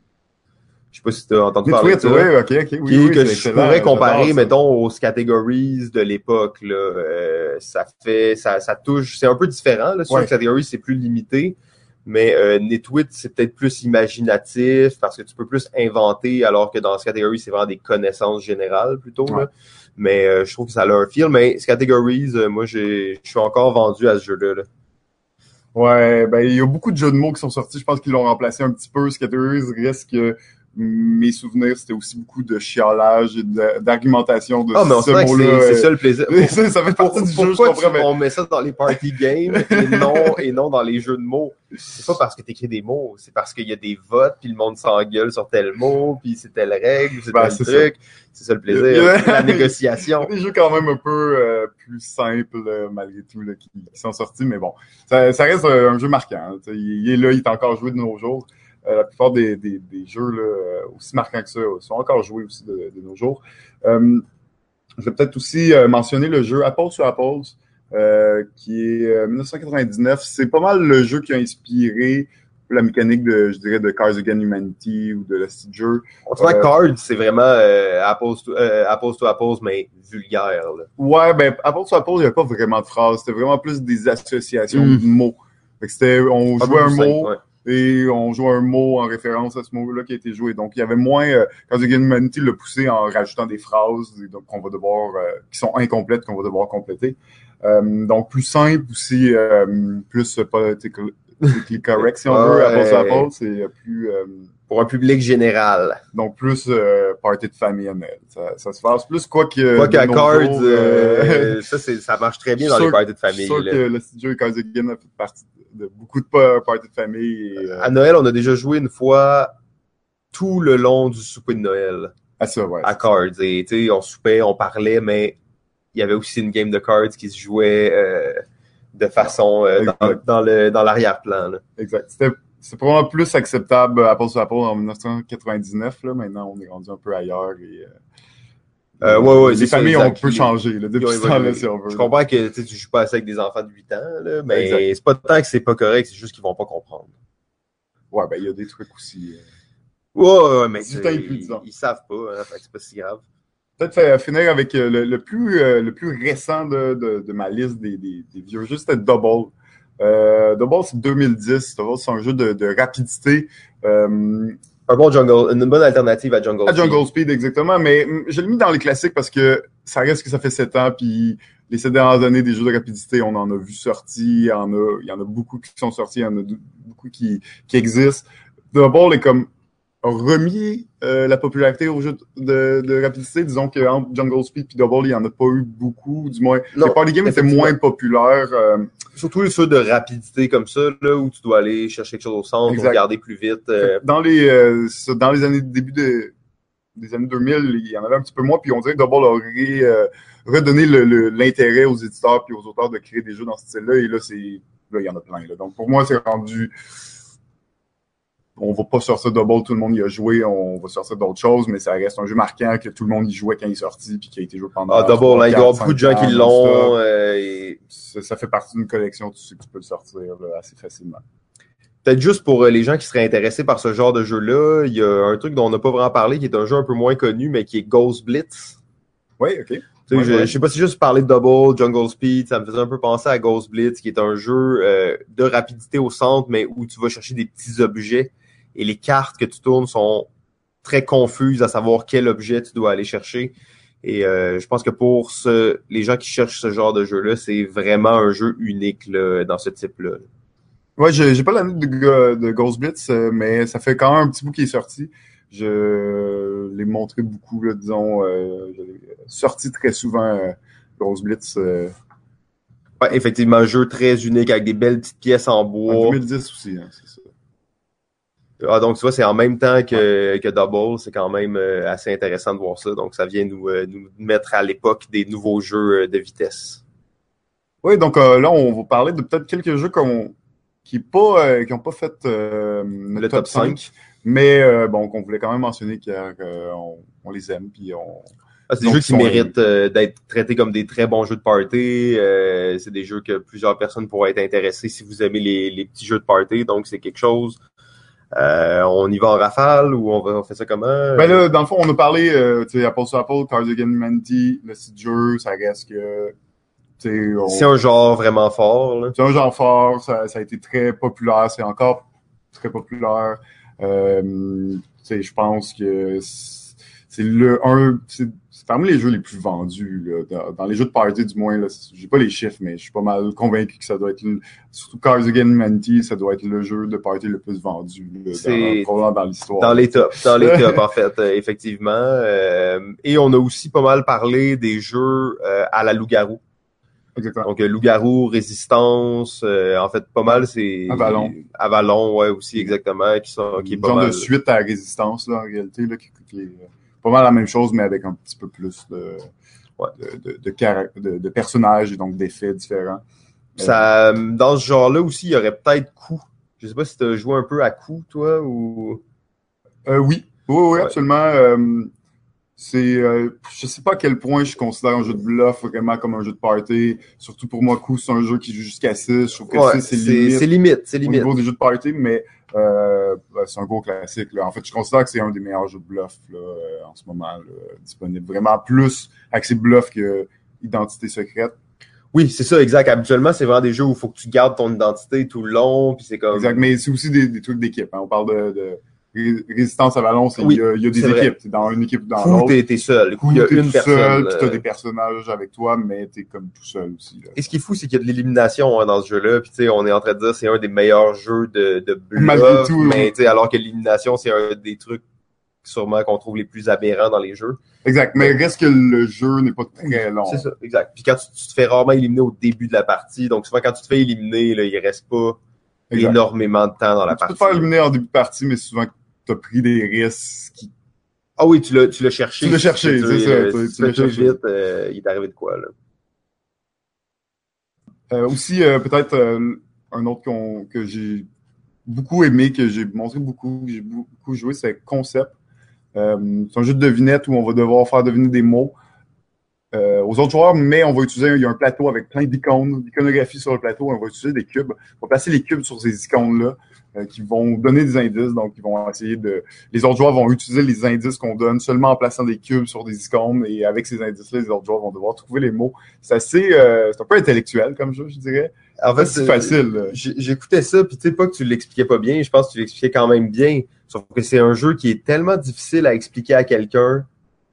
Je sais pas si tu as entendu Nitwit, parler de ça. Oui, ok, ok. Oui, qui, oui, que je excellent. pourrais comparer, mettons, aux Categories de l'époque. Là. Euh, ça fait, ça, ça touche, c'est un peu différent. Là. Sur ouais. Categories, c'est plus limité. Mais euh, Nitwit, c'est peut-être plus imaginatif parce que tu peux plus inventer, alors que dans ce catégorie, c'est vraiment des connaissances générales plutôt. Ouais. Là. Mais euh, je trouve que ça a un feel. Mais ce catégories, euh, moi, j'ai, je suis encore vendu à ce jeu-là. Là. Ouais, ben il y a beaucoup de jeux de mots qui sont sortis. Je pense qu'ils l'ont remplacé un petit peu. Ce catégories reste que mes souvenirs, c'était aussi beaucoup de chialage et de, d'argumentation de ah, mais on ce mot-là. C'est, c'est ça le plaisir. ça, ça fait partie du Pourquoi jeu, je comprends. Tu, mais... On met ça dans les party games et non, et non dans les jeux de mots. C'est pas parce que t'écris des mots, c'est parce qu'il y a des votes, puis le monde s'engueule sur tel mot, puis c'est telle règle, c'est ben, tel c'est truc. Ça. C'est ça le plaisir, il y a, la négociation. Il y a des jeux quand même un peu euh, plus simples, euh, malgré tout, là, qui, qui sont sortis, mais bon, ça, ça reste euh, un jeu marquant. Hein, il, il est là, il est encore joué de nos jours. Euh, la plupart des, des, des jeux là, aussi marquants que ça sont encore joués aussi de, de nos jours. Euh, je vais peut-être aussi euh, mentionner le jeu Apples to Apples, euh, qui est euh, dix-neuf cent quatre-vingt-dix-neuf. C'est pas mal le jeu qui a inspiré la mécanique de, je dirais, de Cards Against Humanity ou de la style jeu. On dirait euh, Cards, c'est vraiment euh, Apples, to, euh, Apples to Apples, mais vulgaire. Là. Ouais, ben Apples to Apples, il n'y avait pas vraiment de phrases. C'était vraiment plus des associations mm. de mots. Fait que c'était, on jouait un simple, mot. Ouais. Et on joue un mot en référence à ce mot-là qui a été joué. Donc, il y avait moins... Euh, quand The Game Humanity l'a poussé en rajoutant des phrases donc, qu'on va devoir... Euh, qui sont incomplètes, qu'on va devoir compléter. Euh, donc, plus simple aussi, euh, plus politically correct, si on ah, veut. Apples to ouais. Apples, c'est plus... Euh, pour un public général. Donc, plus euh, party de famille à Noël. Ça, ça se passe plus quoi que... Quoi qu'à Cards, jours, euh, ça, c'est, ça marche très bien dans sûr, les parties de famille. Je suis sûr là. que le studio Cards Again a fait partie de beaucoup de parties de famille. Et, euh... À Noël, on a déjà joué une fois tout le long du souper de Noël. À ça, ouais. À Cards. Et tu sais, on soupait, on parlait, mais il y avait aussi une game de cards qui se jouait euh, de façon euh, dans, Exact. dans le dans l'arrière-plan. Là. Exact. C'était c'est probablement plus acceptable Apple sur Apple en dix-neuf cent quatre-vingt-dix-neuf. Là. Maintenant, on est rendu un peu ailleurs. Et, euh, Euh, ouais, ouais, les c'est ça, familles ont un exact. peu Les- changé là, depuis ils ont ce temps-là, évolué. si on veut. Je là. comprends que tu sais, tu joues pas assez avec des enfants de huit ans, là, mais Exact. c'est pas tant que c'est pas correct, c'est juste qu'ils vont pas comprendre. Ouais, ben il y a des trucs aussi. euh, Ouais, ouais, ouais, mais C'est c'est- un peu ils, disant. ils savent pas, hein, fait que c'est pas si grave. Peut-être faire- finir avec euh, le, le plus euh, le plus récent de, de, de ma liste des, des, des vieux jeux, c'était Double. Euh, Double, c'est deux mille dix. Double, c'est un jeu de, de rapidité. Euh, Un bon jungle, une bonne alternative à Jungle à Jungle Speed. Speed, exactement. Mais hum, je l'ai mis dans les classiques parce que ça reste que ça fait sept ans. Puis les sept dernières années, des jeux de rapidité, on en a vu sortir. Il y en a, il y en a beaucoup qui sont sortis. Il y en a beaucoup qui, qui existent. Double est comme a remis euh, la popularité aux jeux de, de rapidité. Disons qu'entre Jungle Speed et Double, il n'y en a pas eu beaucoup, du moins. Non, les party games étaient effectivement. moins populaires. Euh, Surtout les ceux de rapidité comme ça, là, où tu dois aller chercher quelque chose au centre, Exact. regarder plus vite. euh, dans les euh, ça, dans les années début de, des années deux mille, il y en avait un petit peu moins, puis on dirait que Double aurait euh, redonné le, le, l'intérêt aux éditeurs puis aux auteurs de créer des jeux dans ce style-là, et là, c'est là, il y en a plein. Là. Donc pour moi, c'est rendu. On va pas sortir Double, tout le monde y a joué, on va sortir d'autres choses, mais ça reste un jeu marquant que tout le monde y jouait quand il est sorti, puis qui a été joué pendant. Ah, Double, trois, là, il doit y avoir quatre, beaucoup de cinq gens qui ans, l'ont. non-stop. euh, et Ça, ça fait partie d'une collection, tu sais que tu peux le sortir là, assez facilement. Peut-être juste pour euh, les gens qui seraient intéressés par ce genre de jeu-là, il y a un truc dont on n'a pas vraiment parlé, qui est un jeu un peu moins connu, mais qui est Ghost Blitz. Oui, ok. Tu sais, Ouais, je, ouais. je sais pas si juste parler de Double, Jungle Speed, ça me faisait un peu penser à Ghost Blitz, qui est un jeu euh, de rapidité au centre, mais où tu vas chercher des petits objets et les cartes que tu tournes sont très confuses à savoir quel objet tu dois aller chercher. Et euh, je pense que pour ce, les gens qui cherchent ce genre de jeu-là, c'est vraiment un jeu unique là, dans ce type-là. Ouais, j'ai, j'ai pas l'année de, Go- de Ghost Blitz, euh, mais ça fait quand même un petit bout qu'il est sorti. Je l'ai montré beaucoup, là, disons. Euh, je l'ai sorti très souvent, euh, Ghost Blitz, euh, Ouais, effectivement, un jeu très unique avec des belles petites pièces en en bois. deux mille dix aussi, hein, c'est ça. Ah, donc, tu vois, c'est en même temps que, que Double. C'est quand même euh, assez intéressant de voir ça. Donc, ça vient nous, euh, nous mettre à l'époque des nouveaux jeux euh, de vitesse. Oui, donc euh, là, on va parler de peut-être quelques jeux qu'on, qui pas, euh, qui ont pas fait euh, notre Le top cinq. mais euh, bon, qu'on voulait quand même mentionner qu'on on les aime, puis on... Ah, c'est des Donc, jeux ils qui sont méritent euh, d'être traités comme des très bons jeux de party. Euh, c'est des jeux que plusieurs personnes pourraient être intéressées si vous aimez les, les petits jeux de party. Donc, c'est quelque chose. Euh, on y va en rafale ou on, va, on fait ça comment? Ben là, dans le fond, on a parlé, euh, tu sais, Apple sur Apple, Cards Against Humanity, le site de jeu, ça reste que, tu sais, on... C'est un genre vraiment fort. Là. C'est un genre fort, ça, ça a été très populaire, c'est encore très populaire. Euh, tu sais, je pense que c'est le un, c'est c'est parmi les jeux les plus vendus là, dans, dans les jeux de party du moins. Là, j'ai pas les chiffres, mais je suis pas mal convaincu que ça doit être le, surtout Cards Against Humanity, ça doit être le jeu de party le plus vendu là, C'est dans, probablement dans l'histoire. Dans les tops, dans les tops en fait, euh, effectivement. Euh, et on a aussi pas mal parlé des jeux euh, à la loup-garou. Exactement. Donc, euh, loup-garou, résistance, euh, en fait, pas mal, c'est... Avalon. Avalon, ouais, aussi, exactement, qui sont, qui est pas genre mal. de suite à Résistance, là, en réalité, là, qui, qui est pas mal la même chose, mais avec un petit peu plus de, Ouais. de, de, de, carac- de, de personnages et donc d'effets différents. Ça, dans ce genre-là aussi, il y aurait peut-être Coup. Je sais pas si tu as joué un peu à Coup, toi, ou... Euh, oui, oui, oui, Ouais. absolument. Euh, c'est, euh, je sais pas à quel point je considère un jeu de bluff vraiment comme un jeu de party. Surtout pour moi, Coup, c'est un jeu qui joue jusqu'à six. Je trouve que Ouais, six, c'est c'est limite c'est limite, c'est au limite. niveau des jeux de party, mais euh, ben, c'est un gros classique. Là. En fait, je considère que c'est un des meilleurs jeux de bluff là, euh, en ce moment là, disponible. Vraiment plus axé bluff que identité secrète. Oui, c'est ça, exact. Habituellement, c'est vraiment des jeux où il faut que tu gardes ton identité tout le long, puis c'est comme... Exact, mais c'est aussi des, des trucs d'équipe. Hein. On parle de, de ré- résistance à Valon, c'est, Oui, il y a, il y a des c'est vrai. équipes. C'est dans une équipe ou dans Coup, l'autre. t'es t'es seul. Coup, il y a T'es une tout personne. seul, puis t'as euh, des personnages avec toi, mais t'es comme tout seul aussi. Là. Et ce qui est fou, c'est qu'il y a de l'élimination hein, dans ce jeu-là. Puis tu sais, on est en train de dire que c'est un des meilleurs jeux de, de Malgré bluff, tout, mais oui. tu sais, alors que l'élimination, c'est un des trucs sûrement qu'on trouve les plus aberrants dans les jeux. Exact, mais reste que le jeu n'est pas très long. C'est ça, exact. Puis quand tu, tu te fais rarement éliminer au début de la partie, donc souvent quand tu te fais éliminer, là, il reste pas Exact. énormément de temps dans la Tu peux partie. te faire éliminer en début de partie, mais souvent t'as pris des risques qui... Ah oui, tu l'as, tu l'as cherché. Tu l'as Si cherché, te fais c'est tuer, ça, euh, tu- si tu te l'as fais tuer cherché. vite, euh, il est arrivé de quoi, là. Euh, aussi, euh, peut-être euh, un autre qu'on, que j'ai beaucoup aimé, que j'ai montré beaucoup, que j'ai beaucoup joué, c'est Concept. Euh, c'est un jeu de devinette où on va devoir faire deviner des mots euh, aux autres joueurs, mais on va utiliser, il y a un plateau avec plein d'icônes, d'iconographie sur le plateau, on va utiliser des cubes. On va placer les cubes sur ces icônes-là euh, qui vont donner des indices, donc ils vont essayer de... Les autres joueurs vont utiliser les indices qu'on donne seulement en plaçant des cubes sur des icônes, et avec ces indices-là, les autres joueurs vont devoir trouver les mots. C'est assez... Euh, c'est un peu intellectuel comme jeu, je dirais. En fait, c'est facile. J'écoutais ça, puis tu sais pas que tu l'expliquais pas bien, je pense que tu l'expliquais quand même bien, sauf que c'est un jeu qui est tellement difficile à expliquer à quelqu'un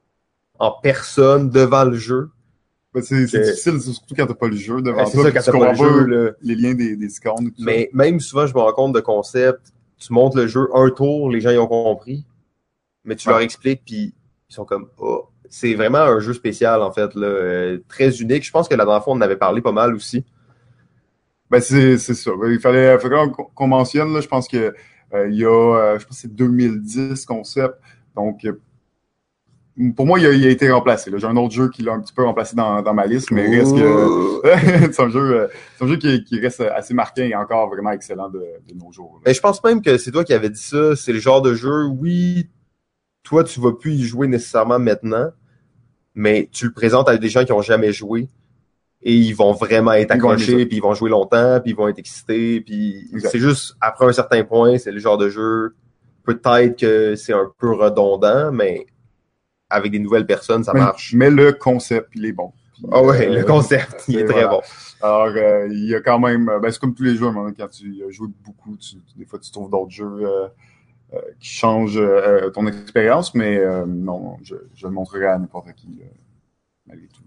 en personne devant le jeu. Ben c'est que... difficile, surtout quand t'as pas le jeu devant toi. C'est ça, quand t'as pas le jeu. Là. Les liens des, des icônes. Tout Mais ça. Même souvent, je me rends compte de concept. Tu montes le jeu un tour, les gens y ont compris, mais tu ouais. leur expliques, puis ils sont comme oh. C'est vraiment un jeu spécial, en fait, là, euh, très unique. Je pense que la dernière fois, on en avait parlé pas mal aussi. Ben c'est c'est ça. Il fallait, fallait qu'on mentionne, là, je pense que euh, il y a, euh, je pense que c'est deux mille dix concept. Donc, euh, pour moi, il a, il a été remplacé. J'ai un autre jeu qui l'a un petit peu remplacé dans, dans ma liste, mais reste que c'est un jeu, c'est un jeu qui, qui reste assez marquant et encore vraiment excellent de, de nos jours. Là. Mais je pense même que c'est toi qui avais dit ça. C'est le genre de jeu, oui, toi, tu vas plus y jouer nécessairement maintenant, mais tu le présentes à des gens qui ont jamais joué. Et ils vont vraiment être accrochés, puis ils vont jouer longtemps, puis ils vont être excités, puis c'est juste, après un certain point, c'est le genre de jeu, peut-être que c'est un peu redondant, mais avec des nouvelles personnes, ça mais, marche. Mais le concept, il est bon. Puis, ah ouais, euh, le concept, il est très voilà. bon. Alors, euh, il y a quand même, ben c'est comme tous les jeux, hein, quand tu joues beaucoup, tu, des fois tu trouves d'autres jeux euh, euh, qui changent euh, ton expérience, mais euh, non, je, je le montrerai à n'importe qui, euh, malgré tout.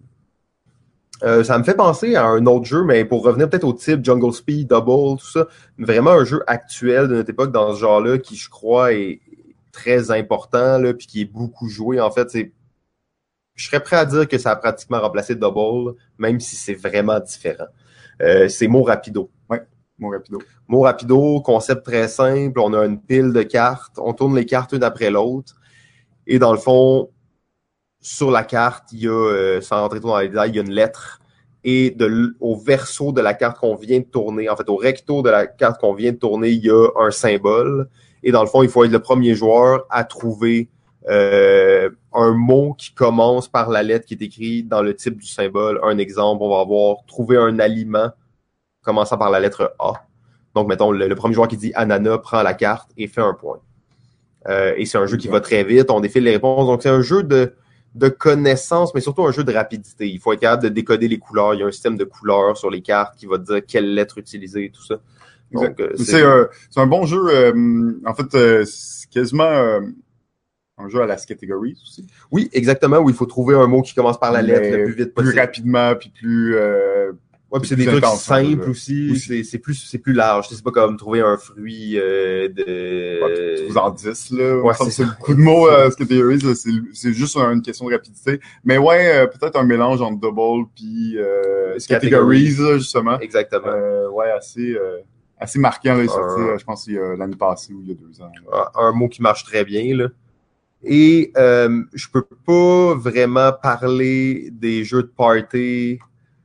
Euh, ça me fait penser à un autre jeu, mais pour revenir peut-être au type Jungle Speed, Double, tout ça, vraiment un jeu actuel de notre époque dans ce genre-là qui, je crois, est très important, là, puis qui est beaucoup joué. En fait, c'est, je serais prêt à dire que ça a pratiquement remplacé Double, même si c'est vraiment différent. Euh, c'est Mo Rapido. Oui, Mo Rapido. Mo Rapido, concept très simple. On a une pile de cartes, on tourne les cartes une après l'autre, et dans le fond, sur la carte, il y a, euh, sans rentrer trop dans les détails, il y a une lettre. Et de, au verso de la carte qu'on vient de tourner, en fait, au recto de la carte qu'on vient de tourner, il y a un symbole. Et dans le fond, il faut être le premier joueur à trouver euh, un mot qui commence par la lettre qui est écrite dans le type du symbole. Un exemple, on va avoir trouvé un aliment commençant par la lettre A. Donc, mettons, le, le premier joueur qui dit ananas prend la carte et fait un point. Euh, et c'est un jeu qui va très vite. On défile les réponses. Donc, c'est un jeu de... de connaissance, mais surtout un jeu de rapidité. Il faut être capable de décoder les couleurs. Il y a un système de couleurs sur les cartes qui va te dire quelle lettre utiliser et tout ça. Donc, euh, c'est, c'est, euh, c'est un bon jeu. Euh, en fait, euh, c'est quasiment euh, un jeu à la catégorie aussi. Oui, exactement, où il faut trouver un mot qui commence par la lettre mais le plus vite possible. Plus rapidement, puis plus... Euh, ouais, puis c'est des trucs simples aussi. aussi. C'est, c'est, plus, c'est plus large. C'est pas comme trouver un fruit euh, de... Ouais, tu vous en dix, là. Ouais, c'est, c'est beaucoup de mots à euh, catégorie. C'est, c'est juste une question de rapidité. Mais ouais, euh, peut-être un mélange entre double puis euh, categories, justement. Exactement. Euh, ouais, assez... Euh, assez marquant, là, il est sorti, euh, je pense, il y a l'année passée ou il y a deux ans. Là. Un mot qui marche très bien, là. Et euh, je peux pas vraiment parler des jeux de party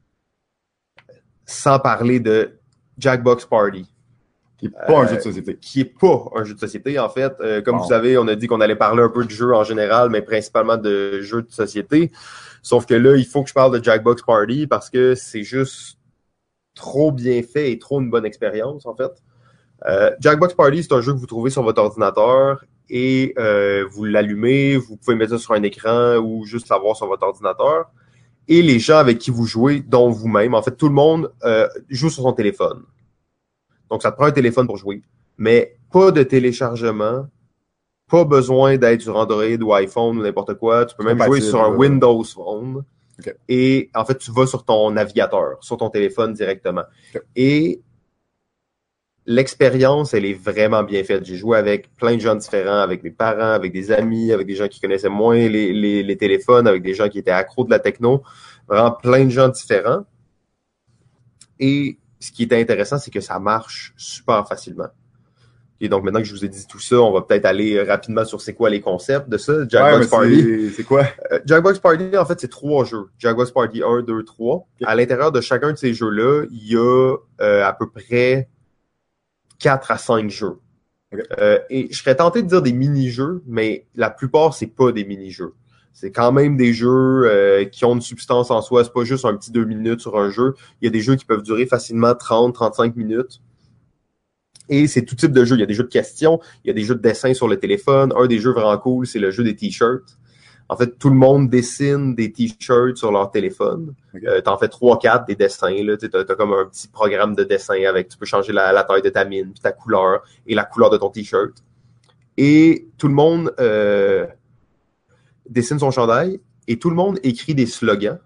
sans parler de Jackbox Party. Qui est pas euh, un jeu de société. Qui est pas un jeu de société, en fait. Euh, comme bon. Vous savez, on a dit qu'on allait parler un peu de jeux en général, mais principalement de jeux de société. Sauf que là, il faut que je parle de Jackbox Party parce que c'est juste trop bien fait et trop une bonne expérience, en fait. Euh, Jackbox Party, c'est un jeu que vous trouvez sur votre ordinateur et euh, vous l'allumez, vous pouvez mettre ça sur un écran ou juste l'avoir sur votre ordinateur. Et les gens avec qui vous jouez, dont vous-même, en fait, tout le monde euh, joue sur son téléphone. Donc, ça te prend un téléphone pour jouer. Mais pas de téléchargement, pas besoin d'être sur Android ou iPhone ou n'importe quoi. Tu peux même jouer sur un Windows Phone. Okay. Et en fait, tu vas sur ton navigateur, sur ton téléphone directement. Okay. Et l'expérience, elle est vraiment bien faite. J'ai joué avec plein de gens différents, avec mes parents, avec des amis, avec des gens qui connaissaient moins les, les, les téléphones, avec des gens qui étaient accros de la techno. Vraiment plein de gens différents. Et ce qui est intéressant, c'est que ça marche super facilement. Et donc, maintenant que je vous ai dit tout ça, on va peut-être aller rapidement sur c'est quoi les concepts de ça. Jackbox ouais, Party. C'est quoi? Euh, Jackbox Party, en fait, c'est trois jeux. Jackbox Party un, deux, trois. Okay. À l'intérieur de chacun de ces jeux-là, il y a euh, à peu près quatre à cinq jeux. Okay. Euh, et je serais tenté de dire des mini-jeux, mais la plupart, c'est pas des mini-jeux. C'est quand même des jeux euh, qui ont une substance en soi. C'est pas juste un petit deux minutes sur un jeu. Il y a des jeux qui peuvent durer facilement trente à trente-cinq minutes. Et c'est tout type de jeux. Il y a des jeux de questions, il y a des jeux de dessin sur le téléphone. Un des jeux vraiment cool, c'est le jeu des t-shirts. En fait, tout le monde dessine des t-shirts sur leur téléphone. Okay. Euh, t'en fais trois, quatre des dessins, là. Tu t'as, t'as comme un petit programme de dessin avec, tu peux changer la, la taille de ta mine, puis ta couleur, et la couleur de ton t-shirt. Et tout le monde, euh, dessine son chandail, et tout le monde écrit des slogans.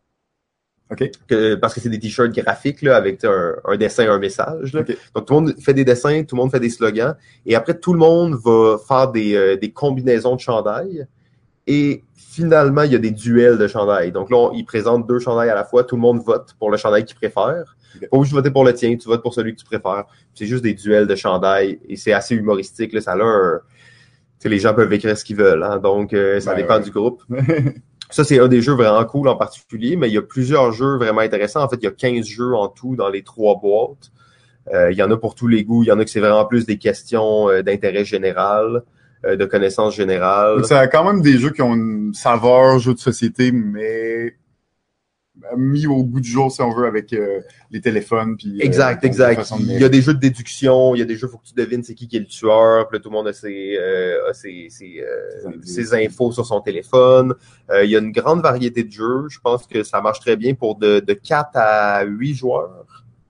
Okay. Que, parce que c'est des t-shirts graphiques là, avec un, un dessin, un message. Là. Okay. Donc, tout le monde fait des dessins, tout le monde fait des slogans. Et après, tout le monde va faire des, euh, des combinaisons de chandail. Et finalement, il y a des duels de chandail. Donc là, on, ils présentent deux chandails à la fois. Tout le monde vote pour le chandail qu'il préfère. Okay. Pas obligé de voter pour le tien, tu votes pour celui que tu préfères. C'est juste des duels de chandail. Et c'est assez humoristique. Là. Ça a un... Tu sais, les gens peuvent écrire ce qu'ils veulent. Hein. Donc, euh, ça ben dépend ouais. du groupe. Ça, c'est un des jeux vraiment cool en particulier, mais il y a plusieurs jeux vraiment intéressants. En fait, il y a quinze jeux en tout dans les trois boîtes. Euh, il y en a pour tous les goûts. Il y en a que c'est vraiment plus des questions euh, d'intérêt général, euh, de connaissances générales. Donc, ça a quand même des jeux qui ont une saveur jeu de société, mais mis au goût du jour, si on veut, avec euh, les téléphones. Puis, exact, euh, exact. Il y a des jeux de déduction, il y a des jeux, il faut que tu devines c'est qui qui est le tueur, puis là, tout le monde a ses, euh, a ses, ses, euh, ses infos sur son téléphone. Euh, il y a une grande variété de jeux. Je pense que ça marche très bien pour de, de quatre à huit joueurs.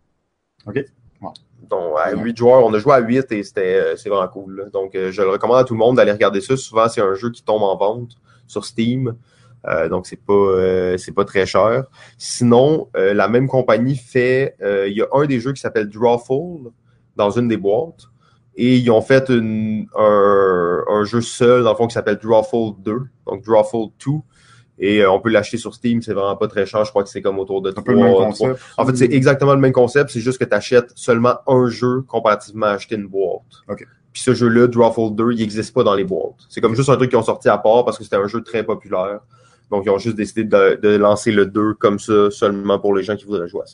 OK. Wow. Donc, à huit joueurs, on a joué à huit et c'était, euh, c'est vraiment cool. Là. Donc, euh, je le recommande à tout le monde d'aller regarder ça. Souvent, c'est un jeu qui tombe en vente sur Steam. Euh, donc c'est pas euh, c'est pas très cher. Sinon, euh, la même compagnie fait, euh, il y a un des jeux qui s'appelle Drawful dans une des boîtes et ils ont fait une, un, un jeu seul dans le fond qui s'appelle Drawful deux, donc Drawful deux et euh, on peut l'acheter sur Steam, c'est vraiment pas très cher, je crois que c'est comme autour de un peu le même concept. En fait, c'est exactement le même concept, c'est juste que tu achètes seulement un jeu comparativement à acheter une boîte. OK. Puis ce jeu-là, Drawful deux, il n'existe pas dans les boîtes. C'est comme juste un truc qu'ils ont sorti à part parce que c'était un jeu très populaire. Donc, ils ont juste décidé de, de lancer le deux comme ça, seulement pour les gens qui voudraient jouer à ça.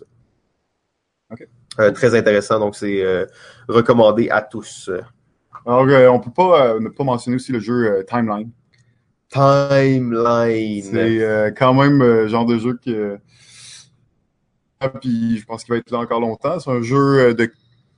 Okay. Euh, très intéressant, donc c'est euh, recommandé à tous. Alors, euh, on peut pas euh, ne pas mentionner aussi le jeu euh, Timeline. Timeline. C'est euh, quand même le euh, genre de jeu que... Ah, puis je pense qu'il va être là encore longtemps. C'est un jeu de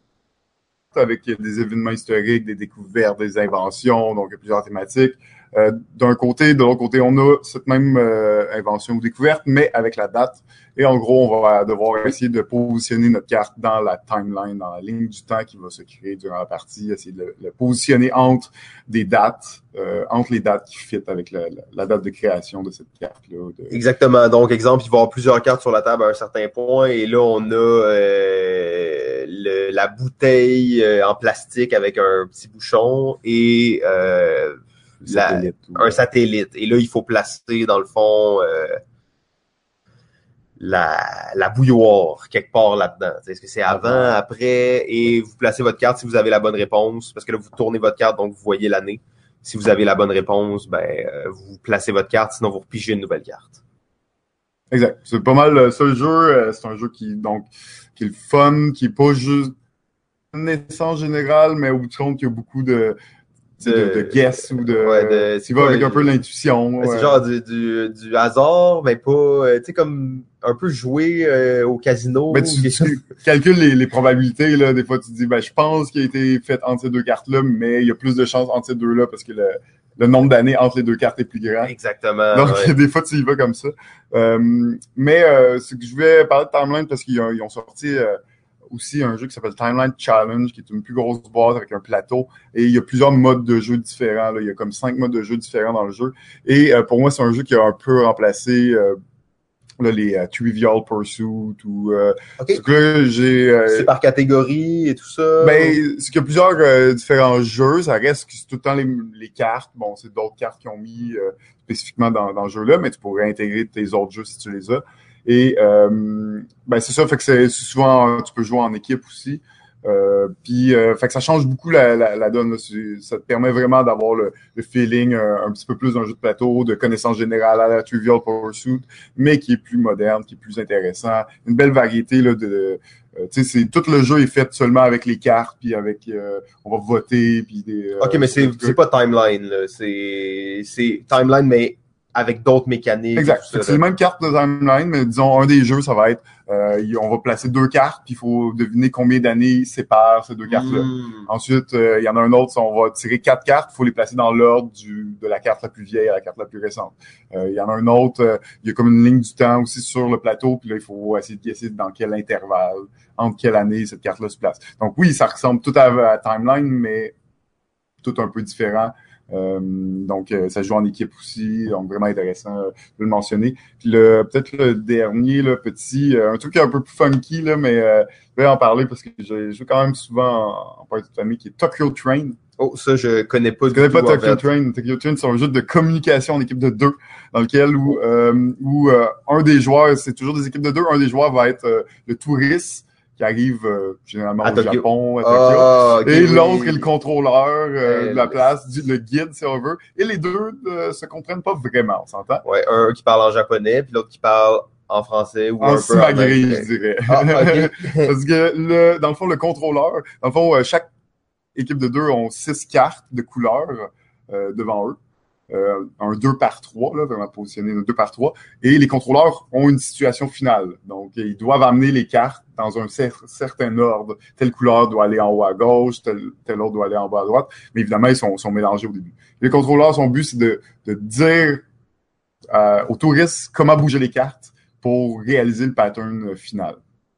avec des événements historiques, des découvertes, des inventions, donc plusieurs thématiques. Euh, d'un côté, de l'autre côté, on a cette même euh, invention ou découverte, mais avec la date. Et en gros, on va devoir essayer de positionner notre carte dans la timeline, dans la ligne du temps qui va se créer durant la partie, essayer de le, le positionner entre des dates, euh, entre les dates qui fit avec la, la, la date de création de cette carte-là. De... Exactement. Donc, exemple, il va y avoir plusieurs cartes sur la table à un certain point, et là, on a euh, le, la bouteille euh, en plastique avec un petit bouchon et euh, La, satellite, un ouais. satellite. Et là, il faut placer, dans le fond, euh, la, la bouilloire quelque part là-dedans. Est-ce que c'est avant, après? Et vous placez votre carte si vous avez la bonne réponse. Parce que là, vous tournez votre carte, donc vous voyez l'année. Si vous avez la bonne réponse, ben euh, vous placez votre carte, sinon vous repigez une nouvelle carte. Exact. C'est pas mal ça le jeu. C'est un jeu qui, donc, qui est le fun, qui est pas juste une naissance générale, mais au bout du compte, il y a beaucoup de... De, de, de guess ou de, ouais, de tu vas avec un peu l'intuition. C'est ouais. genre du, du, du hasard, mais pas, tu sais, comme un peu jouer euh, au casino. Mais tu, tu calcules les, les probabilités, là. Des fois, tu te dis, ben, je pense qu'il a été fait entre ces deux cartes-là, mais il y a plus de chances entre ces deux-là parce que le, le nombre d'années entre les deux cartes est plus grand. Exactement. Donc, ouais. des fois, tu y vas comme ça. Euh, mais, euh, c'est que je vais parler de Timeline parce qu'ils ont, ils ont sorti, euh, aussi un jeu qui s'appelle Timeline Challenge, qui est une plus grosse boîte avec un plateau. Et il y a plusieurs modes de jeu différents. Là. Il y a comme cinq modes de jeu différents dans le jeu. Et euh, pour moi, c'est un jeu qui a un peu remplacé euh, là, les uh, Trivial Pursuit ou... Euh, okay. là, j'ai, euh, c'est par catégorie et tout ça? Ben, c'est qu'il y a plusieurs euh, différents jeux. Ça reste que c'est tout le temps les, les cartes. Bon, c'est d'autres cartes qui ont mis euh, spécifiquement dans, dans le jeu-là, mais tu pourrais intégrer tes autres jeux si tu les as. Et euh, ben c'est ça, fait que c'est souvent tu peux jouer en équipe aussi. Euh, puis, euh, fait que ça change beaucoup la, la, la donne. Là. Ça te permet vraiment d'avoir le, le feeling euh, un petit peu plus d'un jeu de plateau, de connaissance générale à la Trivial Pursuit, mais qui est plus moderne, qui est plus intéressant. Une belle variété là, de... de euh, tu sais, tout le jeu est fait seulement avec les cartes, puis avec... Euh, on va voter, puis des... Euh, OK, mais c'est, c'est pas timeline, là. C'est, c'est timeline, mais avec d'autres mécaniques. Exact. Ça, c'est les mêmes cartes de timeline, mais disons, un des jeux, ça va être, euh, on va placer deux cartes, puis il faut deviner combien d'années séparent ces deux cartes-là. Mm. Ensuite, euh, il y en a un autre, on va tirer quatre cartes, il faut les placer dans l'ordre du de la carte la plus vieille à la carte la plus récente. Euh, il y en a un autre, euh, il y a comme une ligne du temps aussi sur le plateau, puis là, il faut essayer de guesser dans quel intervalle, entre quelle année cette carte-là se place. Donc oui, ça ressemble tout à, à Timeline, mais tout un peu différent. Euh, donc, euh, ça joue en équipe aussi, donc vraiment intéressant euh, de le mentionner. Puis le peut-être le dernier, le petit, euh, un truc un peu plus funky, là, mais euh, je vais en parler parce que je joue quand même souvent en, en partie de famille, qui est Tokyo Train. Oh, ça, je connais pas du tout. Je connais pas Tokyo Train. Tokyo Train, c'est un jeu de communication en équipe de deux, dans lequel où, euh, où euh, un des joueurs, c'est toujours des équipes de deux, un des joueurs va être euh, le touriste, qui arrive euh, généralement à au Tokyo. Japon, à Tokyo. Oh, okay, et oui. L'autre est le contrôleur euh, hey, de la place, du, le guide, si on veut. Et les deux euh, se comprennent pas vraiment, on s'entend? Ouais, un qui parle en japonais, puis l'autre qui parle en français ou en un simagré, peu en je dirais. Ah, okay. Parce que, le, dans le fond, le contrôleur, dans le fond, euh, chaque équipe de deux ont six cartes de couleurs euh, devant eux. Euh, un deux par trois, là, vraiment positionné deux par trois. Et les contrôleurs ont une situation finale. Donc, ils doivent amener les cartes dans un cer- certain ordre. Telle couleur doit aller en haut à gauche, tel, tel autre doit aller en bas à droite. Mais évidemment, ils sont, sont mélangés au début. Les contrôleurs, son but, c'est de, de dire euh, aux touristes comment bouger les cartes pour réaliser le pattern final.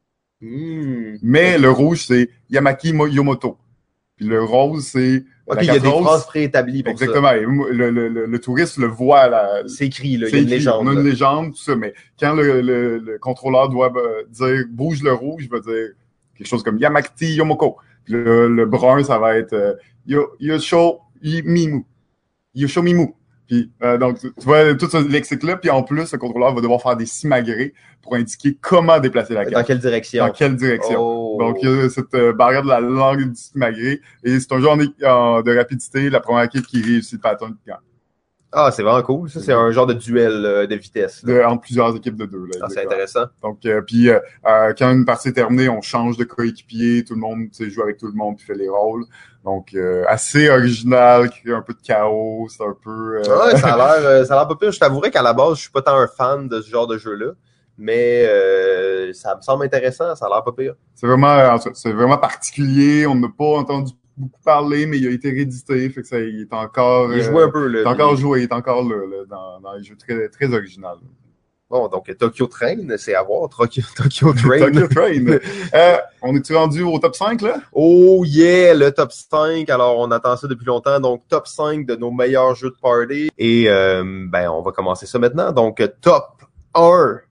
Mmh. Mais le rouge, c'est Yamaki Yomoto. Puis le rose, c'est... OK, il y a des rose, phrases préétablies pour exactement. ça. Exactement. Le, le, le, le touriste le voit. La, c'est écrit, là. C'est il y a une écrit. légende. On a une là. légende, tout ça. Mais quand le, le, le contrôleur doit euh, dire « bouge le rouge », il va dire quelque chose comme « Yamakti Yomoko ». Puis le, le brun, ça va être euh, « Yo, Yosho Mimu ». Yosho Mimu. Puis, euh, donc, tu vois tout ce lexique-là. Puis en plus, le contrôleur va devoir faire des simagrées pour indiquer comment déplacer la carte. Dans quelle direction? Dans quelle direction. Oh. Donc, il y a cette euh, barrière de la langue du simagré. Et c'est un jeu en, en, de rapidité. La première équipe qui réussit le pattern gagne. Ah, c'est vraiment cool. Ça, c'est un genre de duel euh, de vitesse. De, entre plusieurs équipes de deux. Là, ah, c'est intéressant. Donc, euh, puis euh, euh, quand une partie est terminée, on change de coéquipier. Tout le monde joue avec tout le monde puis fait les rôles. Donc, euh, assez original, qui crée un peu de chaos. C'est un peu... Euh... Ouais, ça a l'air euh, ça a l'air pas pire. Je t'avouerais qu'à la base, je suis pas tant un fan de ce genre de jeu-là. Mais euh, ça me semble intéressant. Ça a l'air pas pire. C'est vraiment, c'est vraiment particulier. On n'a pas entendu beaucoup parler, mais il a été réédité, fait que ça, il est encore... Il joue un peu, là. Il est encore joué, il est encore là, là dans, dans les jeux très, très original. Bon, donc Tokyo Train, c'est à voir. Tokyo, Tokyo Train. Tokyo Train. euh, on est-tu rendu au top cinq, là? Oh yeah, le top cinq. Alors, on attend ça depuis longtemps. Donc, top cinq de nos meilleurs jeux de party. Et, euh, ben, on va commencer ça maintenant. Donc, top un.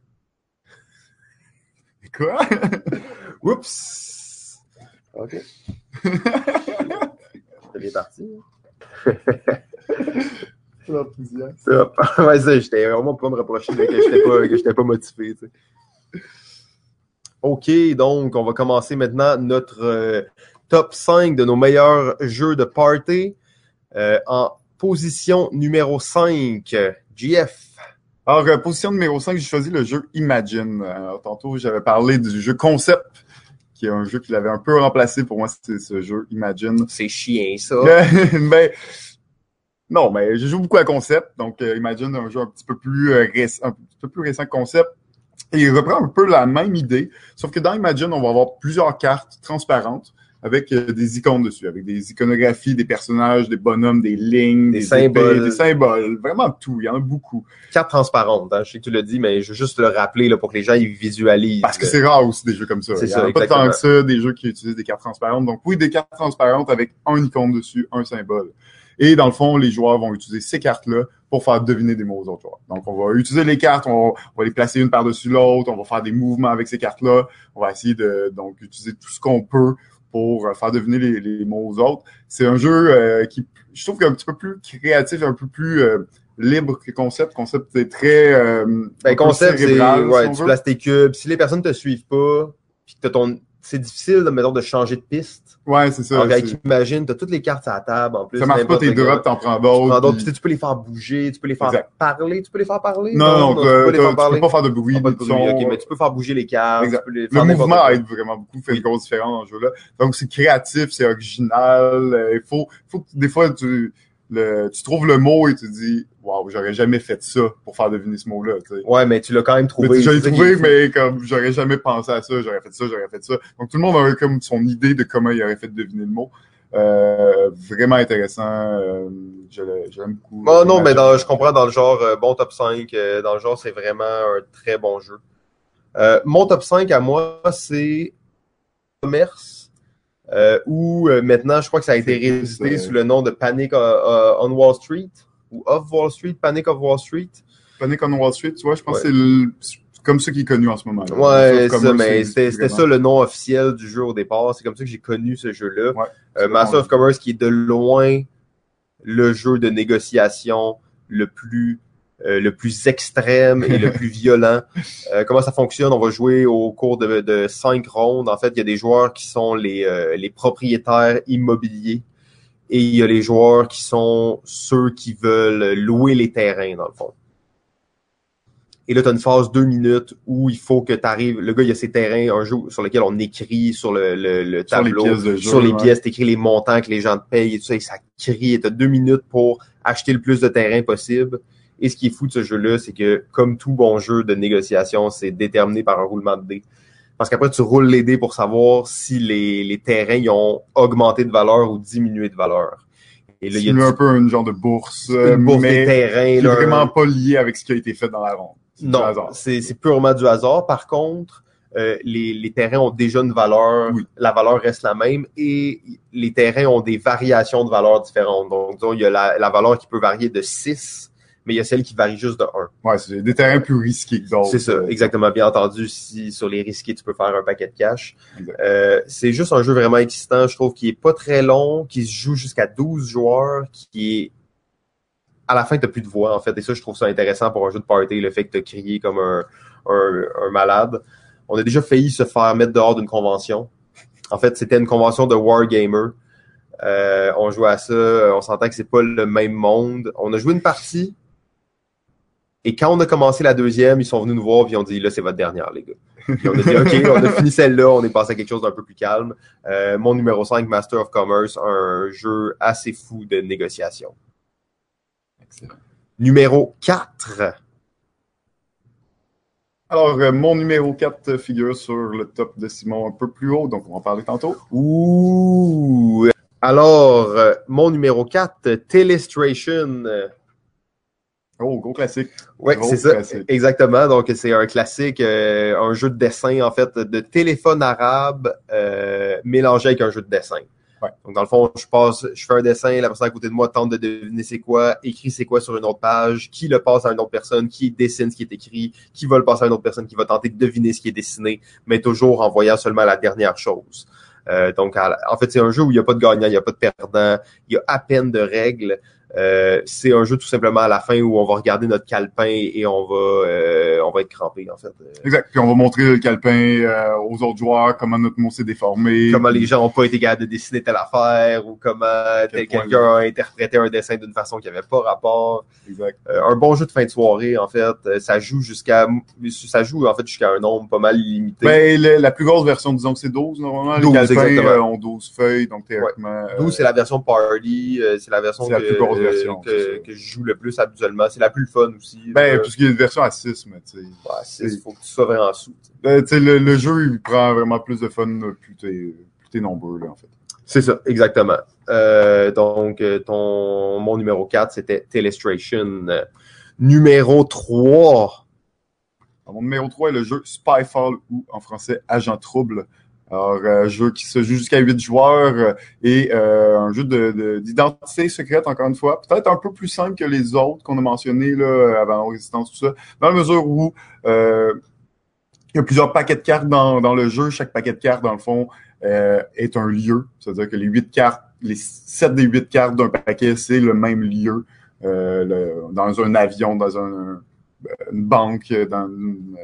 Quoi? Oups. OK. C'est bien parti. C'est l'enthousiasme. Top. Ouais, ça, j'étais vraiment pas me reprocher que j'étais pas, que j'étais pas motivé, tu sais. OK, donc, on va commencer maintenant notre euh, top cinq de nos meilleurs jeux de party. Euh, en position numéro cinq, G F. Alors, euh, position numéro cinq, j'ai choisi le jeu Imagine. Alors, tantôt, j'avais parlé du jeu Concept, qui est un jeu qui l'avait un peu remplacé pour moi, c'est ce jeu Imagine. C'est chiant, ça. ben, non, mais je joue beaucoup à Concept, donc euh, Imagine un jeu un petit peu plus euh, récent, un petit peu plus récent que Concept. Et il reprend un peu la même idée, sauf que dans Imagine, on va avoir plusieurs cartes transparentes avec euh, des icônes dessus, avec des iconographies, des personnages, des bonhommes, des lignes, des, des symboles, épées, des symboles, vraiment tout, il y en a beaucoup. Cartes transparentes, hein, je sais que tu l'as dit, mais je veux juste le rappeler là, pour que les gens y visualisent. Parce que c'est rare aussi des jeux comme ça. C'est il y ça, en a exactement. pas tant que ça, des jeux qui utilisent des cartes transparentes. Donc oui, des cartes transparentes avec un icône dessus, un symbole. Et dans le fond, les joueurs vont utiliser ces cartes-là pour faire deviner des mots aux autres joueurs. Donc, on va utiliser les cartes, on va, on va les placer une par-dessus l'autre, on va faire des mouvements avec ces cartes-là, on va essayer de donc utiliser tout ce qu'on peut pour faire deviner les, les mots aux autres. C'est un jeu euh, qui, je trouve, un petit peu plus créatif, un peu plus euh, libre que Concept. Concept, c'est très euh, ben, Concept, c'est, ouais, si tu places tes cubes. Si les personnes te suivent pas, puis que t'as ton c'est difficile, mettons, de changer de piste. Ouais, c'est ça. Alors, imagine, t'as toutes les cartes à la table, en plus. Ça marche pas tes drops, t'en prends d'autres. Tu prends d'autres, puis tu peux les faire bouger, tu peux les faire exact. parler, tu peux les faire parler. Non, non, non, non tu, peux, les faire tu peux pas faire de bruit, ah, pas de bruit, okay, mais tu peux faire bouger les cartes. Exact. Tu peux les faire le mouvement aide vraiment beaucoup, fait oui. une grosse différence dans ce jeu-là. Donc, c'est créatif, c'est original. Il faut, faut que des fois, tu, le, tu trouves le mot et tu dis, waouh, j'aurais jamais fait ça pour faire deviner ce mot-là. Tu sais. Ouais, mais tu l'as quand même trouvé. Mais je l'ai trouvé, mais comme j'aurais jamais pensé à ça, j'aurais fait ça, j'aurais fait ça. Donc tout le monde aurait comme son idée de comment il aurait fait deviner le mot. Euh, vraiment intéressant. Euh, je, je l'aime beaucoup. Oh, non, mais dans, je comprends dans le genre euh, bon top cinq. Euh, dans le genre, c'est vraiment un très bon jeu. Euh, mon top cinq à moi, c'est Commerce. Euh, où euh, maintenant, je crois que ça a été réédité sous le nom de Panic uh, uh, on Wall Street ou Off Wall Street, Panic of Wall Street. Panic on Wall Street, tu vois, je pense ouais. que c'est le, comme ça qui est connu en ce moment. Là. Ouais, c'est ça, mais c'était, c'était ça le nom officiel du jeu au départ. C'est comme ça que j'ai connu ce jeu-là. Ouais, euh, Master of Commerce qui est de loin le jeu de négociation le plus Euh, le plus extrême et le plus violent. Euh, comment ça fonctionne? On va jouer au cours de, de cinq rondes. En fait, il y a des joueurs qui sont les, euh, les propriétaires immobiliers et il y a les joueurs qui sont ceux qui veulent louer les terrains, dans le fond. Et là, tu as une phase deux minutes où il faut que tu arrives. Le gars, il y a ses terrains, un jeu sur lequel on écrit sur le, le, le tableau, sur les pièces, de jeu, sur les ouais. pièces, t'écris les montants que les gens te payent et tout ça, et ça crie. Et tu as deux minutes pour acheter le plus de terrain possible. Et ce qui est fou de ce jeu-là, c'est que, comme tout bon jeu de négociation, c'est déterminé par un roulement de dés. Parce qu'après, tu roules les dés pour savoir si les, les terrains ils ont augmenté de valeur ou diminué de valeur. Et là, il y a un peu un genre de bourse, une bourse mais des terrains, qui là, est vraiment pas lié avec ce qui a été fait dans la ronde. C'est non, c'est, c'est purement du hasard. Par contre, euh, les, les terrains ont déjà une valeur, oui. La valeur reste la même et les terrains ont des variations de valeurs différentes. Donc, disons, il y a la, la valeur qui peut varier de six, mais il y a celle qui varie juste de un. Ouais, c'est des terrains plus risqués que d'autres. C'est ça, exactement. Bien entendu, si sur les risqués, tu peux faire un paquet de cash. Euh, c'est juste un jeu vraiment excitant, je trouve, qui est pas très long, qui se joue jusqu'à douze joueurs, qui est... À la fin, t'as plus de voix, en fait. Et ça, je trouve ça intéressant pour un jeu de party, le fait que t'as crié comme un, un, un malade. On a déjà failli se faire mettre dehors d'une convention. En fait, c'était une convention de Wargamer. Euh, on jouait à ça, on s'entend que c'est pas le même monde. On a joué une partie, et quand on a commencé la deuxième, ils sont venus nous voir et ils ont dit, là, c'est votre dernière, les gars. Puis on a dit, OK, on a fini celle-là, on est passé à quelque chose d'un peu plus calme. Euh, mon numéro cinq, Master of Commerce, un jeu assez fou de négociation. Excellent. Numéro quatre. Alors, euh, mon numéro quatre figure sur le top de Simon un peu plus haut, donc on va en parler tantôt. Ouh! Alors, euh, mon numéro quatre, Telestration. Oh, gros classique. Oui, c'est ça, classique. Exactement. Donc, c'est un classique, euh, un jeu de dessin, en fait, de téléphone arabe euh, mélangé avec un jeu de dessin. Ouais. Donc, dans le fond, je passe, je fais un dessin, la personne à côté de moi tente de deviner c'est quoi, écrit c'est quoi sur une autre page, qui le passe à une autre personne, qui dessine ce qui est écrit, qui va le passer à une autre personne, qui va tenter de deviner ce qui est dessiné, mais toujours en voyant seulement la dernière chose. Euh, donc, en fait, c'est un jeu où il n'y a pas de gagnant, il n'y a pas de perdant, il y a à peine de règles. Euh, c'est un jeu tout simplement à la fin où on va regarder notre calepin et on va euh, on va être crampé en fait. Exact. Puis on va montrer le calepin euh, aux autres joueurs, comment notre mot s'est déformé. Comment les gens n'ont pas été capables de dessiner telle affaire ou comment tel quelqu'un a interprété un dessin d'une façon qui n'avait pas rapport. Exact. Euh, un bon jeu de fin de soirée en fait. Ça joue jusqu'à ça joue en fait jusqu'à un nombre pas mal limité. Ben, le, la plus grosse version, disons que c'est douze normalement. douze, les calepins euh, ont douze feuilles, donc théoriquement. Ouais. douze, c'est la version party. Euh, c'est la version c'est que, la plus grosse version, que, que je joue le plus habituellement. C'est la plus fun aussi. Ben, euh, puisqu'il y a une version à six, mais tu sais. Ouais, six, il faut que tu sois vraiment sous. Ben, tu sais, le, le jeu, il prend vraiment plus de fun plus t'es, plus t'es nombreux, là, en fait. C'est ça, exactement. Euh, donc, ton, mon numéro quatre, c'était Telestration. Numéro trois. Alors, mon numéro trois est le jeu Spyfall, ou en français Agent Trouble. Alors, un jeu qui se joue jusqu'à huit joueurs euh, et euh, un jeu de, de, d'identité secrète, encore une fois. Peut-être un peu plus simple que les autres qu'on a mentionnés là, avant Résistance, tout ça. Dans la mesure où euh, il y a plusieurs paquets de cartes dans, dans le jeu. Chaque paquet de cartes, dans le fond, euh, est un lieu. C'est-à-dire que les huit cartes, les sept des huit cartes d'un paquet, c'est le même lieu. Euh, le, dans un avion, dans un, une banque, dans une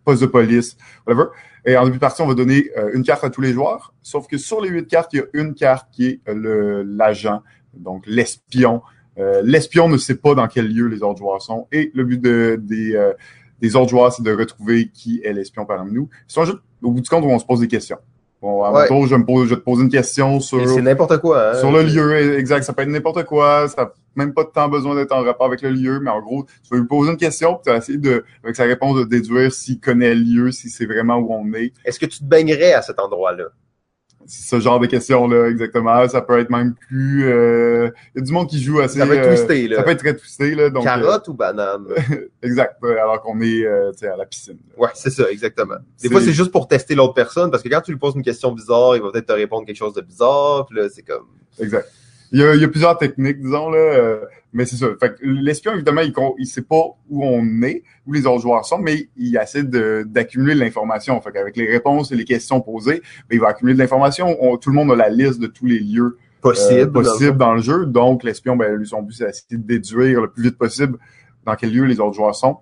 poste de police, whatever. Et en début de partie, on va donner euh, une carte à tous les joueurs. Sauf que sur les huit cartes, il y a une carte qui est le l'agent, donc l'espion. Euh, l'espion ne sait pas dans quel lieu les autres joueurs sont. Et le but de, des, euh, des autres joueurs, c'est de retrouver qui est l'espion parmi nous. C'est un jeu, au bout du compte, où on se pose des questions. Bon, à Ouais. mon tour, je, me pose, je te pose une question sur... Et c'est n'importe quoi. Hein? Sur le lieu, exact. Ça peut être n'importe quoi. Ça n'a même pas de temps besoin d'être en rapport avec le lieu. Mais en gros, tu vas lui poser une question, puis tu vas essayer de, avec sa réponse, de déduire s'il connaît le lieu, si c'est vraiment où on est. Est-ce que tu te baignerais à cet endroit-là? C'est ce genre de questions-là, exactement. Ça peut être même plus... Euh... Il y a du monde qui joue assez... Ça peut être euh, twisté, là. Ça peut être très twisté, là. Donc, Carotte euh... ou banane? Exact. Alors qu'on est euh, à la piscine. Là. Ouais, c'est ça, exactement. Des c'est... fois, c'est juste pour tester l'autre personne, parce que quand tu lui poses une question bizarre, il va peut-être te répondre quelque chose de bizarre, puis là, c'est comme... Exact. Il y a, il y a plusieurs techniques, disons, là, euh, mais c'est ça. Fait que l'espion, évidemment, il, il sait pas où on est, où les autres joueurs sont, mais il essaie de, d'accumuler de l'information. Fait qu'avec les réponses et les questions posées, ben, il va accumuler de l'information. On, tout le monde a la liste de tous les lieux possibles euh, possible dans, le dans le jeu. Donc, l'espion, ben, lui, son but, c'est d'essayer de déduire le plus vite possible dans quel lieu les autres joueurs sont.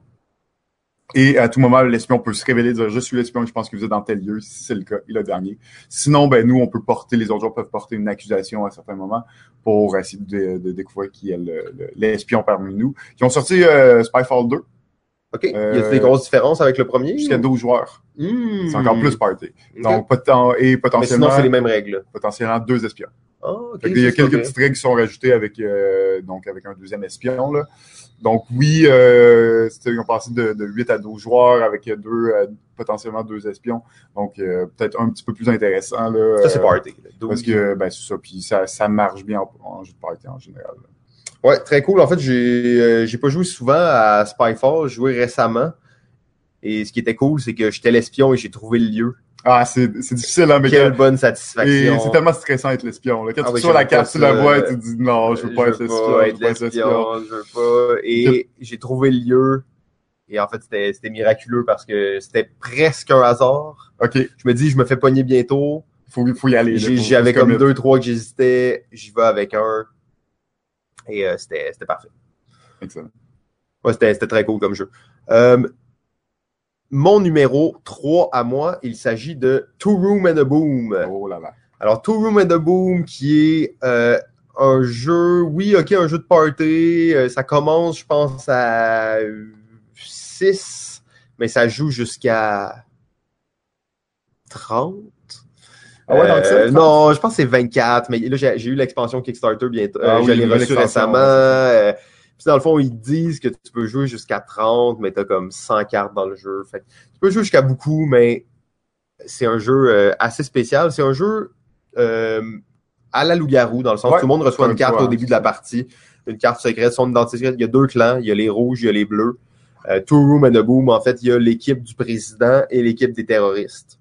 Et à tout moment, l'espion peut se révéler, dire « Je suis l'espion, je pense que vous êtes dans tel lieu. » Si c'est le cas, il a gagné. Sinon, ben nous, on peut porter, les autres joueurs peuvent porter une accusation à certains moments pour essayer de, de découvrir qui est le, le, l'espion parmi nous. Qui ont sorti euh, Spyfall deux. OK. Euh, y a des grosses différences avec le premier? Jusqu'à douze joueurs. Mmh. C'est encore plus party. Okay. Donc, poten- et potentiellement... Mais sinon, c'est les mêmes règles. Potentiellement deux espions. Oh, OK. Il y a quelques okay. petites règles qui sont rajoutées avec, euh, donc, avec un deuxième espion, là. Donc oui, euh, ils ont passé de, de huit à douze joueurs avec deux, euh, potentiellement deux espions. Donc euh, peut-être un petit peu plus intéressant. Là, ça, c'est party. Euh, parce que ben, c'est ça, puis ça, ça marche bien en, en jeu de party en général. Là. Ouais, très cool. En fait, j'ai euh, j'ai pas joué souvent à Spyfall, j'ai joué récemment. Et ce qui était cool, c'est que j'étais l'espion et j'ai trouvé le lieu. Ah, c'est, c'est difficile, hein, mais quelle que... bonne satisfaction. Et c'est tellement stressant être l'espion, là. Quand ah, tu oui, sur la carte, tu la vois et tu te dis non, je veux pas je être veux l'espion. Pas être l'espion, je veux pas. Et j'ai trouvé le lieu. Et en fait, c'était, c'était miraculeux parce que c'était presque un hasard. OK. Je me dis, je me fais pogner bientôt. Faut, faut y aller. J'ai, j'avais comme commit. deux, trois que j'hésitais. J'y vais avec un. Et euh, c'était, c'était parfait. Excellent. Ouais, c'était, c'était très cool comme jeu. Euh, Mon numéro trois à moi, il s'agit de Two Room and a Boom. Oh là là. Alors, Two Room and a Boom, qui est euh, un jeu, oui, ok, un jeu de party. Euh, ça commence, je pense, à six, mais ça joue jusqu'à trente. Ah ouais, donc euh, non, je pense que c'est vingt-quatre, mais là, j'ai, j'ai eu l'expansion Kickstarter bientôt. Ah euh, oui, je l'ai reçu récemment. Ouais, euh, Puis dans le fond, ils disent que tu peux jouer jusqu'à trente, mais t'as comme cent cartes dans le jeu. Fait que tu peux jouer jusqu'à beaucoup, mais c'est un jeu euh, assez spécial. C'est un jeu euh, à la loup-garou, dans le sens ouais, où tout le monde reçoit une carte toi, au début de la partie. Une carte secrète, son identité secrète. Il y a deux clans, il y a les rouges, il y a les bleus. Euh, Two Room and a Boom, en fait, il y a l'équipe du président et l'équipe des terroristes.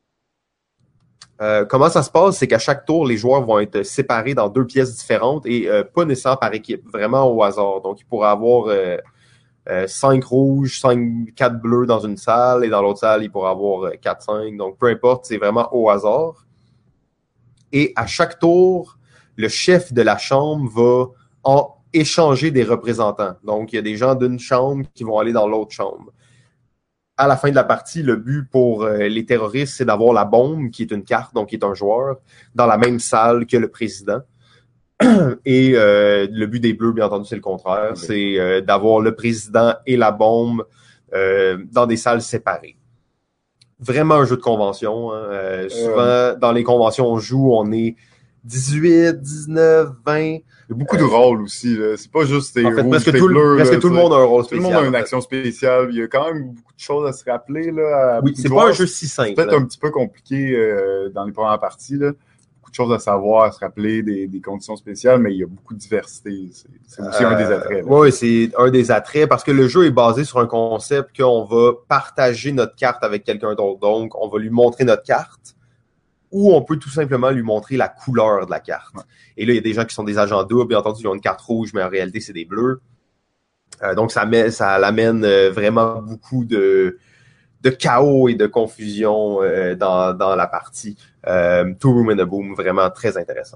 Euh, comment ça se passe, c'est qu'à chaque tour, les joueurs vont être séparés dans deux pièces différentes et euh, pas nécessairement par équipe, vraiment au hasard. Donc, il pourrait avoir euh, euh, cinq rouges, cinq, quatre bleus dans une salle et dans l'autre salle, il pourrait avoir euh, quatre, cinq. Donc, peu importe, c'est vraiment au hasard. Et à chaque tour, le chef de la chambre va en échanger des représentants. Donc, il y a des gens d'une chambre qui vont aller dans l'autre chambre. À la fin de la partie, le but pour euh, les terroristes, c'est d'avoir la bombe, qui est une carte, donc qui est un joueur, dans la même salle que le président. Et euh, le but des bleus, bien entendu, c'est le contraire. Okay. C'est euh, d'avoir le président et la bombe euh, dans des salles séparées. Vraiment un jeu de convention. Hein. Euh, souvent, euh... dans les conventions, on joue, on est dix-huit, dix-neuf, vingt. Il y a beaucoup de rôles aussi. Là. C'est pas juste tes en fait, rouges, presque tes tout, bleus. Presque là, tout le monde a un rôle spécial. Tout le monde a une action spéciale. Il y a quand même beaucoup de choses à se rappeler. Là, oui, c'est pas un jeu si simple. C'est peut-être un petit peu compliqué euh, dans les premières parties. Là. Beaucoup de choses à savoir, à se rappeler, des, des conditions spéciales, mais il y a beaucoup de diversité. C'est, c'est aussi euh, un des attraits. Oui, c'est un des attraits parce que le jeu est basé sur un concept qu'on va partager notre carte avec quelqu'un d'autre. Donc, on va lui montrer notre carte. Ou on peut tout simplement lui montrer la couleur de la carte. Ouais. Et là, il y a des gens qui sont des agents doubles. Bien entendu, ils ont une carte rouge, mais en réalité, c'est des bleus. Euh, donc, ça, met, ça l'amène euh, vraiment beaucoup de, de chaos et de confusion euh, dans, dans la partie. Euh, Two Room and a Boom, vraiment très intéressant.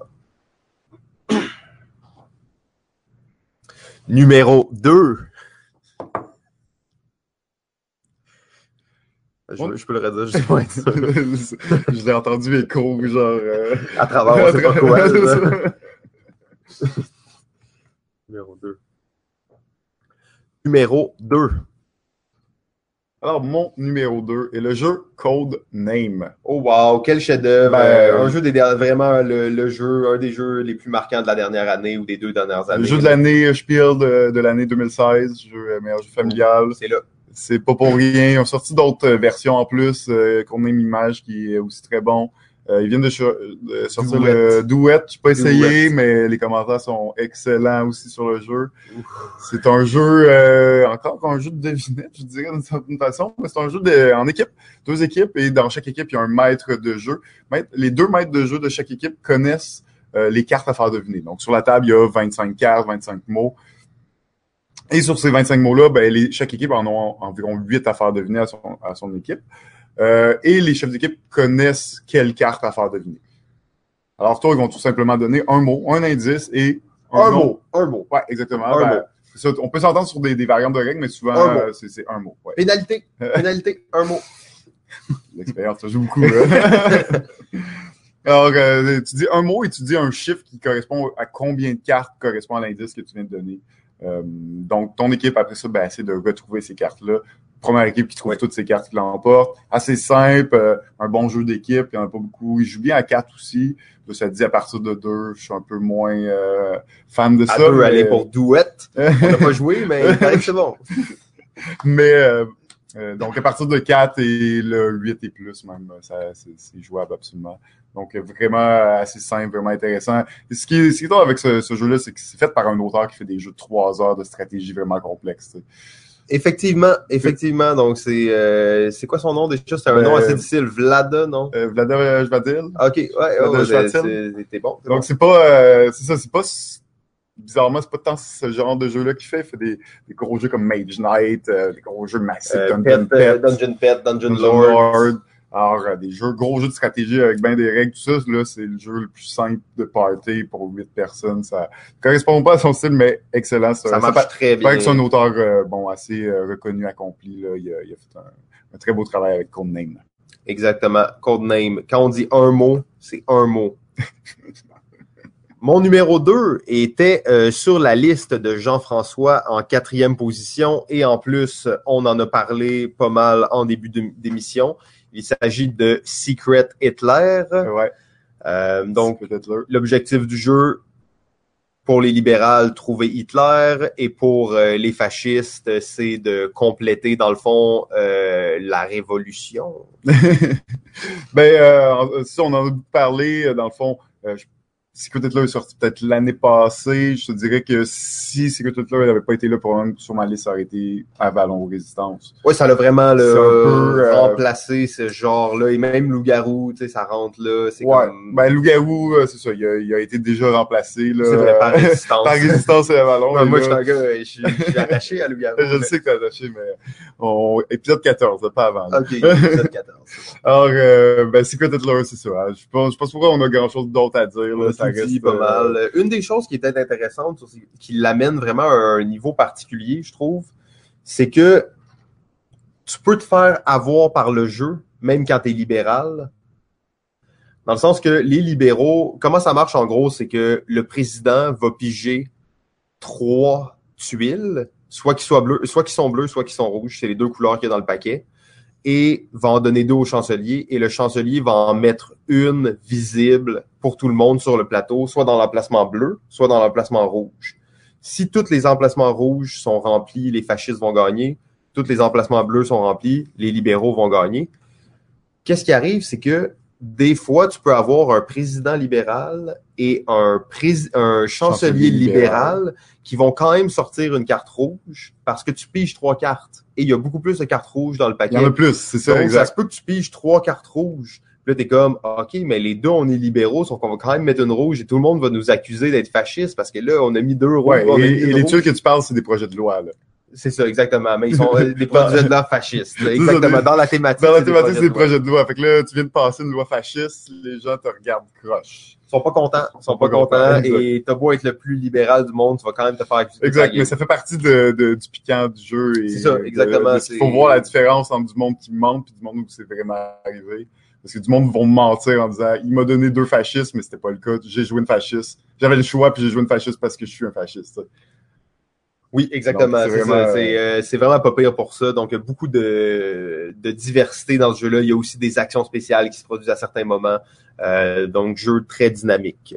Numéro deux. Je, ouais. je peux le redire, je sais pas être sûr. Je l'ai entendu écho, genre... Euh... À travers, on sait pas quoi. Numéro deux. Numéro deux. Alors, mon numéro deux est le jeu Code Name. Oh wow, quel chef-d'œuvre! Ben, euh, un jeu des vraiment le, le jeu, un des jeux les plus marquants de la dernière année ou des deux dernières années. Le jeu de l'année Spiel de, de l'année deux mille seize, jeu meilleur jeu familial. C'est là. C'est pas pour rien. Ils ont sorti d'autres versions en plus, euh, Code Name Image qui est aussi très bon. Euh, ils viennent de, de sortir Duet. le Duet. J'ai pas essayé, Duet. mais les commentaires sont excellents aussi sur le jeu. Ouf. C'est un jeu, euh, encore un jeu de devinette, je dirais d'une certaine façon, mais c'est un jeu de, en équipe, deux équipes, et dans chaque équipe, il y a un maître de jeu. Les deux maîtres de jeu de chaque équipe connaissent euh, les cartes à faire deviner. Donc, sur la table, il y a vingt-cinq cartes, vingt-cinq mots. Et sur ces vingt-cinq mots-là, ben, les, chaque équipe en a environ huit à faire deviner à son, à son équipe. Euh, et les chefs d'équipe connaissent quelle carte à faire deviner. Alors, toi, ils vont tout simplement donner un mot, un indice et un, un mot. Un mot. Ouais, exactement. Un ben, mot. Ça, on peut s'entendre sur des, des variantes de règles, mais souvent, euh, c'est, c'est un mot. Ouais. Pénalité. Pénalité. Un mot. L'expérience, ça joue beaucoup, là. Alors, euh, tu dis un mot et tu dis un chiffre qui correspond à combien de cartes correspond à l'indice que tu viens de donner. Euh, donc, ton équipe, après ça, ben, essaie de retrouver ces cartes-là. Première équipe qui trouve ouais. toutes ces cartes qui l'emporte. Assez simple, euh, un bon jeu d'équipe, il y en a pas beaucoup. Il joue bien à quatre aussi. Là, ça te dit à partir de deux, je suis un peu moins euh, fan de à ça. À deux, mais... aller pour Duet. On n'a pas joué, mais il paraît que c'est bon. Mais euh, euh, donc, à partir de quatre et le huit et plus même, ça, c'est, c'est jouable absolument. Donc, vraiment assez simple, vraiment intéressant. Et ce qui est, ce qui est drôle avec ce, ce jeu-là, c'est que c'est fait par un auteur qui fait des jeux de trois heures de stratégie vraiment complexes. T'sais. Effectivement, effectivement. Donc, c'est euh, c'est quoi son nom déjà? C'est un euh, nom assez difficile. Vlada, non? Euh, Vlada Jvadil. OK, ouais, oh, c'est, c'est, c'est bon. C'est Donc, bon. c'est pas... Euh, c'est ça, c'est pas... Bizarrement, c'est pas tant ce genre de jeu-là qu'il fait. Il fait des, des gros jeux comme Mage Knight, euh, des gros jeux massifs, euh, Dungeon Pet, Pet, Dungeon Pet, Dungeon, Dungeon Lord. Lord. Alors, euh, des jeux, gros jeux de stratégie avec bien des règles, tout ça, là, c'est le jeu le plus simple de party pour huit personnes. Ça correspond pas à son style, mais excellent. Ça, ça marche ça, très bien. C'est c'est un auteur, euh, bon, assez euh, reconnu, accompli, là. Il a, il a fait un, un très beau travail avec Codename. Exactement. Codename. Quand on dit un mot, c'est un mot. Mon numéro deux était euh, sur la liste de Jean-François en quatrième position et en plus, on en a parlé pas mal en début de, d'émission. Il s'agit de Secret Hitler. Ouais. Euh, donc, Hitler. L'objectif du jeu, pour les libérales, trouver Hitler et pour euh, les fascistes, c'est de compléter, dans le fond, euh, la révolution. ben, euh, si on en a parlé, dans le fond, euh, je Secret Hitler est sorti peut-être l'année passée. Je te dirais que si Secret Hitler n'avait pas été là pour un sur ma liste, ça aurait été Avalon ou Résistance. Oui, ça l'a vraiment là, peu, euh... remplacé ce genre-là. Et même Loup-Garou, tu sais, ça rentre là. C'est ouais, comme... ben Loup-Garou, c'est ça, il a, il a été déjà remplacé. Là, c'est vrai, par Résistance. par Résistance et Avalon. Ouais, moi, je suis un gars, je suis attaché à Loup-Garou. Je mais... sais que t'es attaché, mais on... épisode quatorze, pas avant. Là. OK, épisode quatorze. Alors, euh, ben Secret Hitler, c'est ça. Hein. Je pense, je pense pas qu'on a grand-chose d'autre à dire. Là, ça reste, pas mal. Euh... Une des choses qui est peut-être intéressante, qui l'amène vraiment à un niveau particulier, je trouve, c'est que tu peux te faire avoir par le jeu, même quand tu es libéral. Dans le sens que les libéraux, comment ça marche en gros, c'est que le président va piger trois tuiles, soit qu'ils soient bleus, soit qu'ils sont bleus, soit qu'ils sont rouges, c'est les deux couleurs qu'il y a dans le paquet, et va en donner deux au chancelier, et le chancelier va en mettre une visible pour tout le monde sur le plateau, soit dans l'emplacement bleu, soit dans l'emplacement rouge. Si tous les emplacements rouges sont remplis, les fascistes vont gagner. Tous les emplacements bleus sont remplis, les libéraux vont gagner. Qu'est-ce qui arrive, c'est que des fois, tu peux avoir un président libéral et un, pré- un chancelier, chancelier libéral, libéral qui vont quand même sortir une carte rouge parce que tu piges trois cartes. Et il y a beaucoup plus de cartes rouges dans le paquet. Il y en a plus, c'est ça, donc, exact. Ça se peut que tu piges trois cartes rouges. Là, t'es comme, OK, mais les deux, on est libéraux, sauf qu'on va quand même mettre une rouge et tout le monde va nous accuser d'être fascistes parce que là, on a mis deux rouges. Ouais, et, et et les tuiles que tu parles, c'est des projets de loi, là. C'est ça, exactement. Mais ils sont euh, des projets de loi fascistes. Là, exactement. Dans la thématique. Dans la thématique, c'est des projets de loi. Fait que là, tu viens de passer une loi fasciste, les gens te regardent croche. Ils sont pas contents. Ils sont pas, pas contents. Exact. Et t'as beau être le plus libéral du monde, tu vas quand même te faire accuser. Exact. Mais ça fait partie de, de, du piquant du jeu. C'est ça, exactement. Il faut voir la différence entre du monde qui ment et du monde où c'est vraiment arrivé. Parce que du monde vont me mentir en disant, il m'a donné deux fascistes, mais c'était pas le cas. J'ai joué une fasciste. J'avais le choix puis j'ai joué une fasciste parce que je suis un fasciste. Oui, exactement. C'est vraiment, c'est, euh, c'est vraiment pas pire pour ça. Donc, il y a beaucoup de, de diversité dans ce jeu-là. Il y a aussi des actions spéciales qui se produisent à certains moments. Euh, donc, jeu très dynamique.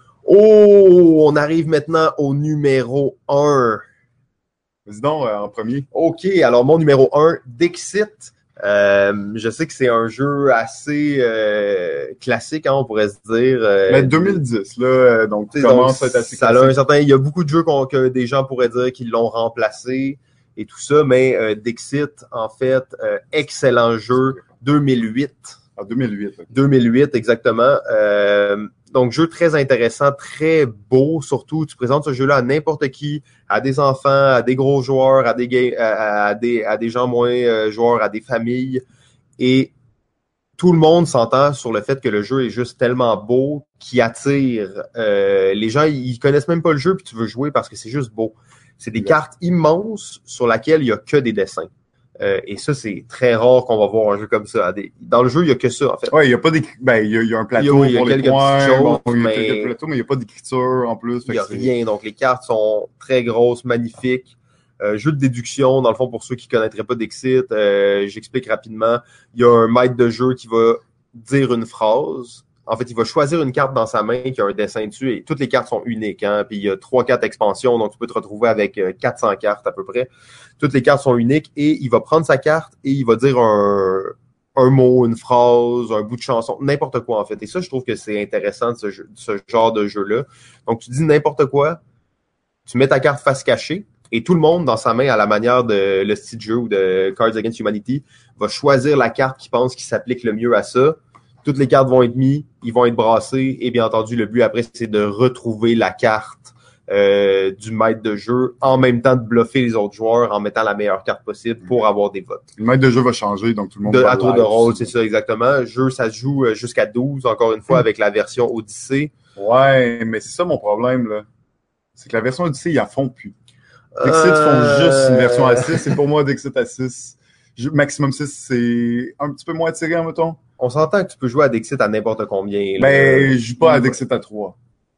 Oh, on arrive maintenant au numéro un. Vas-y donc, euh, en premier. OK, alors mon numéro un, Dixit. Euh, je sais que c'est un jeu assez euh, classique, hein, on pourrait se dire. Euh, Mais deux mille dix, là, donc commence à être assez ça classique. A un certain, il y a beaucoup de jeux qu'on, que des gens pourraient dire qu'ils l'ont remplacé et tout ça, mais euh, Dixit, en fait, euh, excellent jeu, deux mille huit. Ah, deux mille huit. Okay. deux mille huit, exactement. Euh, donc, jeu très intéressant, très beau, surtout. Tu présentes ce jeu-là à n'importe qui, à des enfants, à des gros joueurs, à des gay, à, à des à des gens moins euh, joueurs, à des familles. Et tout le monde s'entend sur le fait que le jeu est juste tellement beau qu'il attire. Euh, les gens, ils connaissent même pas le jeu, puis tu veux jouer parce que c'est juste beau. C'est des ouais. cartes immenses sur lesquelles il y a que des dessins. Euh, et ça, c'est très rare qu'on va voir un jeu comme ça. Dans le jeu, il n'y a que ça, en fait. Ouais, il n'y a pas d'écriture. Ben, il y, y a un plateau il y a, pour il y a les points. Choses, bon, il y a mais... quelques plateaux, mais il n'y a pas d'écriture en plus. Il n'y a rien. Donc, les cartes sont très grosses, magnifiques. Euh, jeu de déduction, dans le fond, pour ceux qui ne connaîtraient pas Dixit, euh, j'explique rapidement. Il y a un maître de jeu qui va dire une phrase. En fait, il va choisir une carte dans sa main qui a un dessin dessus et toutes les cartes sont uniques. Hein? Puis il y a trois quatre expansions, donc tu peux te retrouver avec quatre cents cartes à peu près. Toutes les cartes sont uniques et il va prendre sa carte et il va dire un, un mot, une phrase, un bout de chanson, n'importe quoi en fait. Et ça, je trouve que c'est intéressant de ce, jeu, de ce genre de jeu-là. Donc tu dis n'importe quoi, tu mets ta carte face cachée et tout le monde dans sa main à la manière de le style de jeu ou de Cards Against Humanity va choisir la carte qui pense qui s'applique le mieux à ça. Toutes les cartes vont être mises, ils vont être brassés et bien entendu, le but après, c'est de retrouver la carte euh, du maître de jeu en même temps de bluffer les autres joueurs en mettant la meilleure carte possible pour avoir des votes. Le maître de jeu va changer, donc tout le monde de, va à tour de rôle, c'est ça exactement. Le jeu, ça se joue jusqu'à douze, encore une fois, mmh. avec la version Odyssey. Ouais, mais c'est ça mon problème, là. C'est que la version Odyssey, ils en font plus. Dixit euh... font juste une version à six, et pour moi, Dixit à six. Maximum six, c'est un petit peu moins attirant, mettons. On s'entend que tu peux jouer à Dixit à n'importe combien. Ben, je joue pas à Dixit à trois.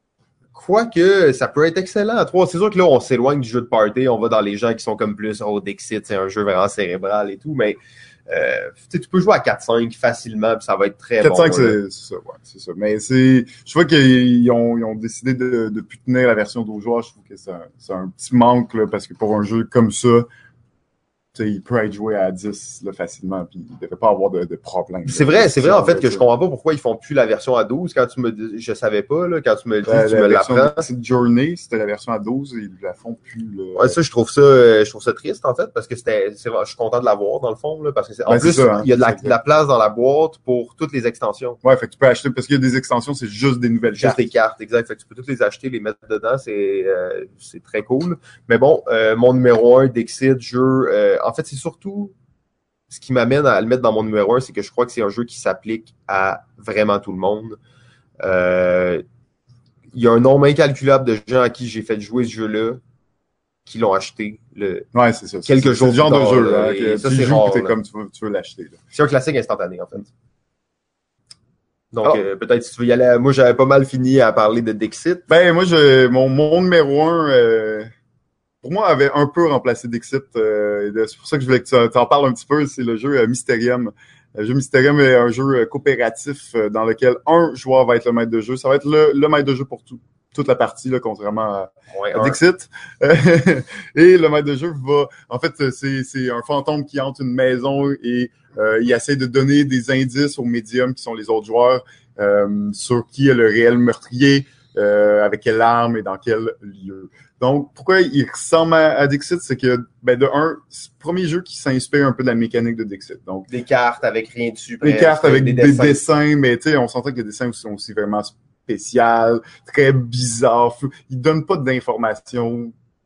Quoique, ça peut être excellent à trois. C'est sûr que là, on s'éloigne du jeu de party. On va dans les gens qui sont comme plus, oh, Dixit, c'est un jeu vraiment cérébral et tout. Mais euh, tu peux jouer à quatre cinq facilement, puis ça va être très quatre cinq, bon. quatre cinq, c'est, c'est ça, ouais, c'est ça. Mais c'est, je vois qu'ils ont, ils ont décidé de, de plus tenir la version douze joueurs. Je trouve que c'est un, c'est un petit manque, là, parce que pour un jeu comme ça, tu sais, il peut être joué à dix là, facilement, puis il ne devrait pas avoir de, de problème. C'est vrai, c'est vrai en fait que je comprends pas pourquoi ils font plus la version à douze. Quand tu me dis, je savais pas, là, quand tu me le dis, la, tu la me l'apprends. C'est Journey, c'était la version à douze et ils la font plus. Là. Ouais, ça, je trouve ça, je trouve ça triste en fait, parce que c'était, c'est, je suis content de l'avoir dans le fond, là, parce que c'est, en ben, plus, ça, hein, il y a de la, de la place dans la boîte pour toutes les extensions. Ouais, fait que tu peux acheter, parce qu'il y a des extensions, c'est juste des nouvelles juste cartes. Juste des cartes, exact. Fait que tu peux toutes les acheter, les mettre dedans, c'est, euh, c'est très cool. Mais bon, euh, mon numéro un, Dixit, jeu, euh, en fait, c'est surtout, ce qui m'amène à le mettre dans mon numéro un, c'est que je crois que c'est un jeu qui s'applique à vraiment tout le monde. Euh, il y a un nombre incalculable de gens à qui j'ai fait jouer ce jeu-là, qui l'ont acheté le, ouais, c'est ça. quelques c'est, jours c'est le genre tard, de jeu, hein, que ça, tu c'est joues rare, comme tu veux, tu veux l'acheter. Là. C'est un classique instantané, en fait. Donc, oh. euh, peut-être si tu veux y aller. Moi, j'avais pas mal fini à parler de Dixit. Ben, moi, je, mon, mon numéro un... Euh... Pour moi, avait un peu remplacé Dixit. Euh, c'est pour ça que je voulais que tu en parles un petit peu. C'est le jeu euh, Mysterium. Le jeu Mysterium est un jeu coopératif euh, dans lequel un joueur va être le maître de jeu. Ça va être le, le maître de jeu pour tout, toute la partie, là, contrairement à, ouais, à Dixit. Et le maître de jeu va... En fait, c'est, c'est un fantôme qui entre une maison et euh, il essaie de donner des indices aux médiums qui sont les autres joueurs euh, sur qui est le réel meurtrier, euh, avec quelle arme et dans quel lieu. Donc, pourquoi il ressemble à, à Dixit, c'est que, ben, de un, c'est le premier jeu qui s'inspire un peu de la mécanique de Dixit. Donc, des cartes avec rien dessus. Des cartes avec des, des dessins. dessins, mais tu sais, on s'entend que les dessins sont aussi vraiment spéciaux, très bizarres. Ils donnent pas d'informations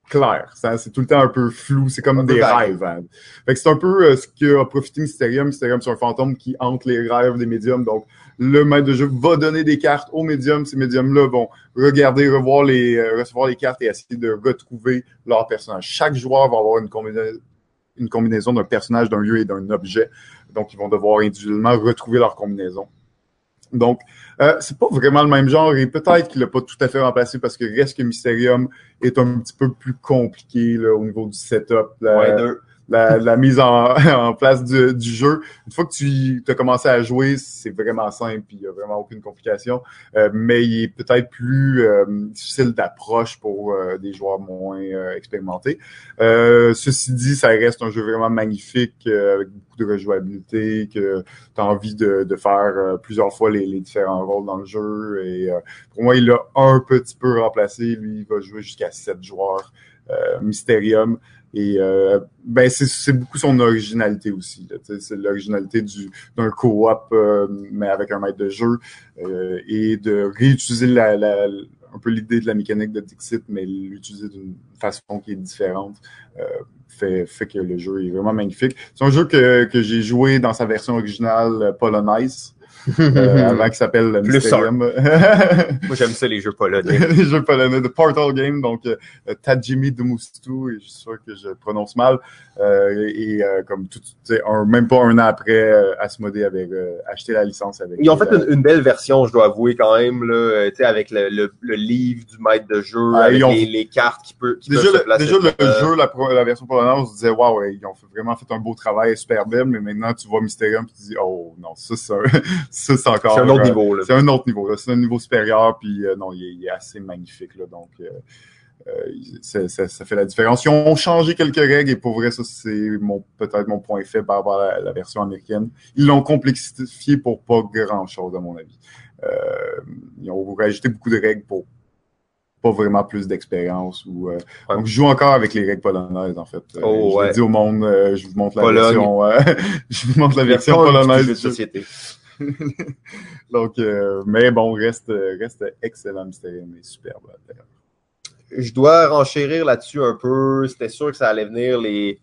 clair. Ça, c'est tout le temps un peu flou. C'est comme Un des peu vague. rêves. Hein. Fait que c'est un peu euh, ce qu'a profité Mysterium. Mysterium, c'est un fantôme qui hante les rêves des médiums. Donc, le maître de jeu va donner des cartes aux médiums. Ces médiums-là vont regarder, revoir les, euh, recevoir les cartes et essayer de retrouver leur personnage. Chaque joueur va avoir une combinaison, une combinaison d'un personnage, d'un lieu et d'un objet. Donc, ils vont devoir individuellement retrouver leur combinaison. Donc, euh, c'est pas vraiment le même genre et peut-être qu'il l'a pas tout à fait remplacé parce que reste que Mysterium est un petit peu plus compliqué là, au niveau du setup. La, Ouais, deux. la, la mise en, en place du, du jeu. Une fois que tu as commencé à jouer, c'est vraiment simple et il n'y a vraiment aucune complication. Euh, mais il est peut-être plus euh, difficile d'approche pour euh, des joueurs moins euh, expérimentés. Euh, ceci dit, ça reste un jeu vraiment magnifique euh, avec beaucoup de rejouabilité, que tu as envie de, de faire euh, plusieurs fois les, les différents rôles dans le jeu. Et euh, pour moi, il l'a un petit peu remplacé. Lui, il va jouer jusqu'à sept joueurs. Euh, Mysterium. Et euh, ben c'est, c'est beaucoup son originalité aussi. Là, c'est l'originalité du d'un co-op, euh, mais avec un maître de jeu, euh, et de réutiliser la, la, un peu l'idée de la mécanique de Dixit, mais l'utiliser d'une façon qui est différente, euh, fait, fait que le jeu est vraiment magnifique. C'est un jeu que, que j'ai joué dans sa version originale Polonais. Euh, avant qu'il s'appelle Mysterium. Moi, j'aime ça, les jeux polonais. Les jeux polonais de Portal Game, donc euh, Tadzimi Dumustu, et je suis sûr que je prononce mal. Euh, et euh, comme tout, un, même pas un an après, euh, Asmodée avait euh, acheté la licence avec. Ils ont fait euh, une, une belle version, je dois avouer quand même, là, tu sais, avec le, le, le livre du maître de jeu, Ah, avec ont... les, les cartes qui, peut, qui déjà, peuvent le, se placer. déjà le euh... jeu, la, la version polonaise, on se disait waouh, ils ont fait, vraiment fait un beau travail, super belle, mais maintenant tu vois Mysterium et tu dis oh non, ça c'est un, ça c'est encore c'est un autre euh, niveau là. C'est un autre niveau là, c'est un niveau supérieur puis euh, non, il est, il est assez magnifique là, donc euh, euh, ça, ça, ça fait la différence. Ils ont changé quelques règles et pour vrai ça c'est mon peut-être mon point faible par rapport à la, la version américaine. Ils l'ont complexifié pour pas grand chose à mon avis. Euh, ils ont rajouté beaucoup de règles pour pas vraiment plus d'expérience ou euh, ouais. Donc je joue encore avec les règles polonaises en fait. Oh, euh, je ouais. l'ai dit au monde, euh, je vous montre la Pologne. version euh, je vous montre la version polonaise de société. Donc euh, mais bon, reste reste excellent, Mysterium est superbe d'ailleurs. Je dois renchérir là-dessus un peu, c'était sûr que ça allait venir les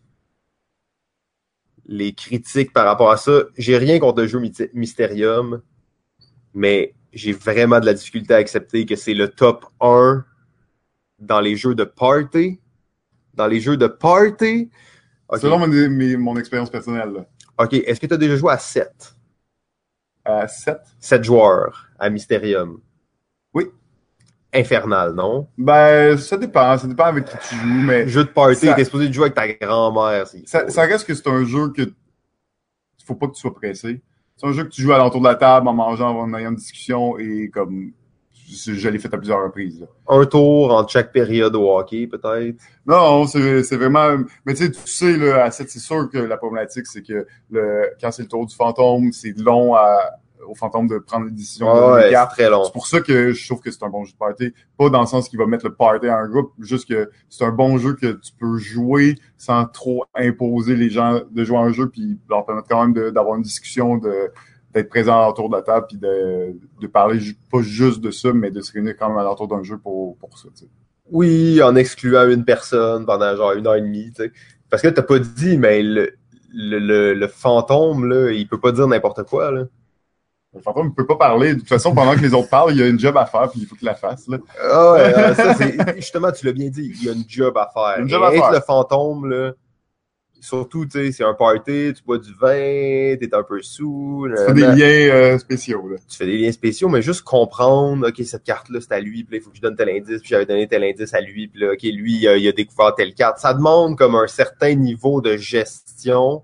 les critiques par rapport à ça. J'ai rien contre le jeu Mysterium, mais j'ai vraiment de la difficulté à accepter que c'est le top un dans les jeux de party. Dans les jeux de party. Okay. Selon mon, mon, mon expérience personnelle. Là. OK. Est-ce que tu as déjà joué à sept? À sept? sept joueurs à Mysterium. Oui. Infernal, non? Ben, ça dépend. Ça dépend avec qui tu joues, mais... Jeu de party, t'es supposé de jouer avec ta grand-mère. Ça, ça reste que c'est un jeu que... Il faut pas que tu sois pressé. C'est un jeu que tu joues à l'entour de la table, en mangeant, en ayant une discussion, et comme... Je l'ai fait à plusieurs reprises. Là. Un tour entre chaque période au hockey, peut-être? Non, c'est, c'est vraiment... Mais tu sais, tu sais, là, à sept, c'est sûr que la problématique, c'est que le quand c'est le tour du fantôme, c'est long à, au fantôme de prendre les décisions. Oh, de ouais, c'est très long. C'est pour ça que je trouve que c'est un bon jeu de party. Pas dans le sens qu'il va mettre le party en groupe, juste que c'est un bon jeu que tu peux jouer sans trop imposer les gens de jouer un jeu, puis leur permettre quand même de, d'avoir une discussion, de d'être présent autour de la table, puis de, de parler pas juste de ça, mais de se réunir quand même à l'entour d'un jeu pour, pour ça, tu sais. Oui, en excluant une personne pendant genre une heure et demie, tu sais. Parce que t'as pas dit, mais le, le, le, le fantôme, là, il peut pas dire n'importe quoi, là. Le fantôme ne peut pas parler. De toute façon, pendant que les autres parlent, il y a une job à faire, puis il faut qu'il la fasse, là. Ah ouais, ça, c'est, justement, tu l'as bien dit, il y a une job à faire. Une job et à faire. le fantôme, là, surtout, tu sais, c'est un party, tu bois du vin, t'es un peu sous. Tu fais des liens euh, spéciaux, là. Tu fais des liens spéciaux, mais juste comprendre, OK, cette carte-là, c'est à lui, puis là, il faut que je donne tel indice, puis j'avais donné tel indice à lui, puis là, OK, lui, il a, il a découvert telle carte. Ça demande comme un certain niveau de gestion.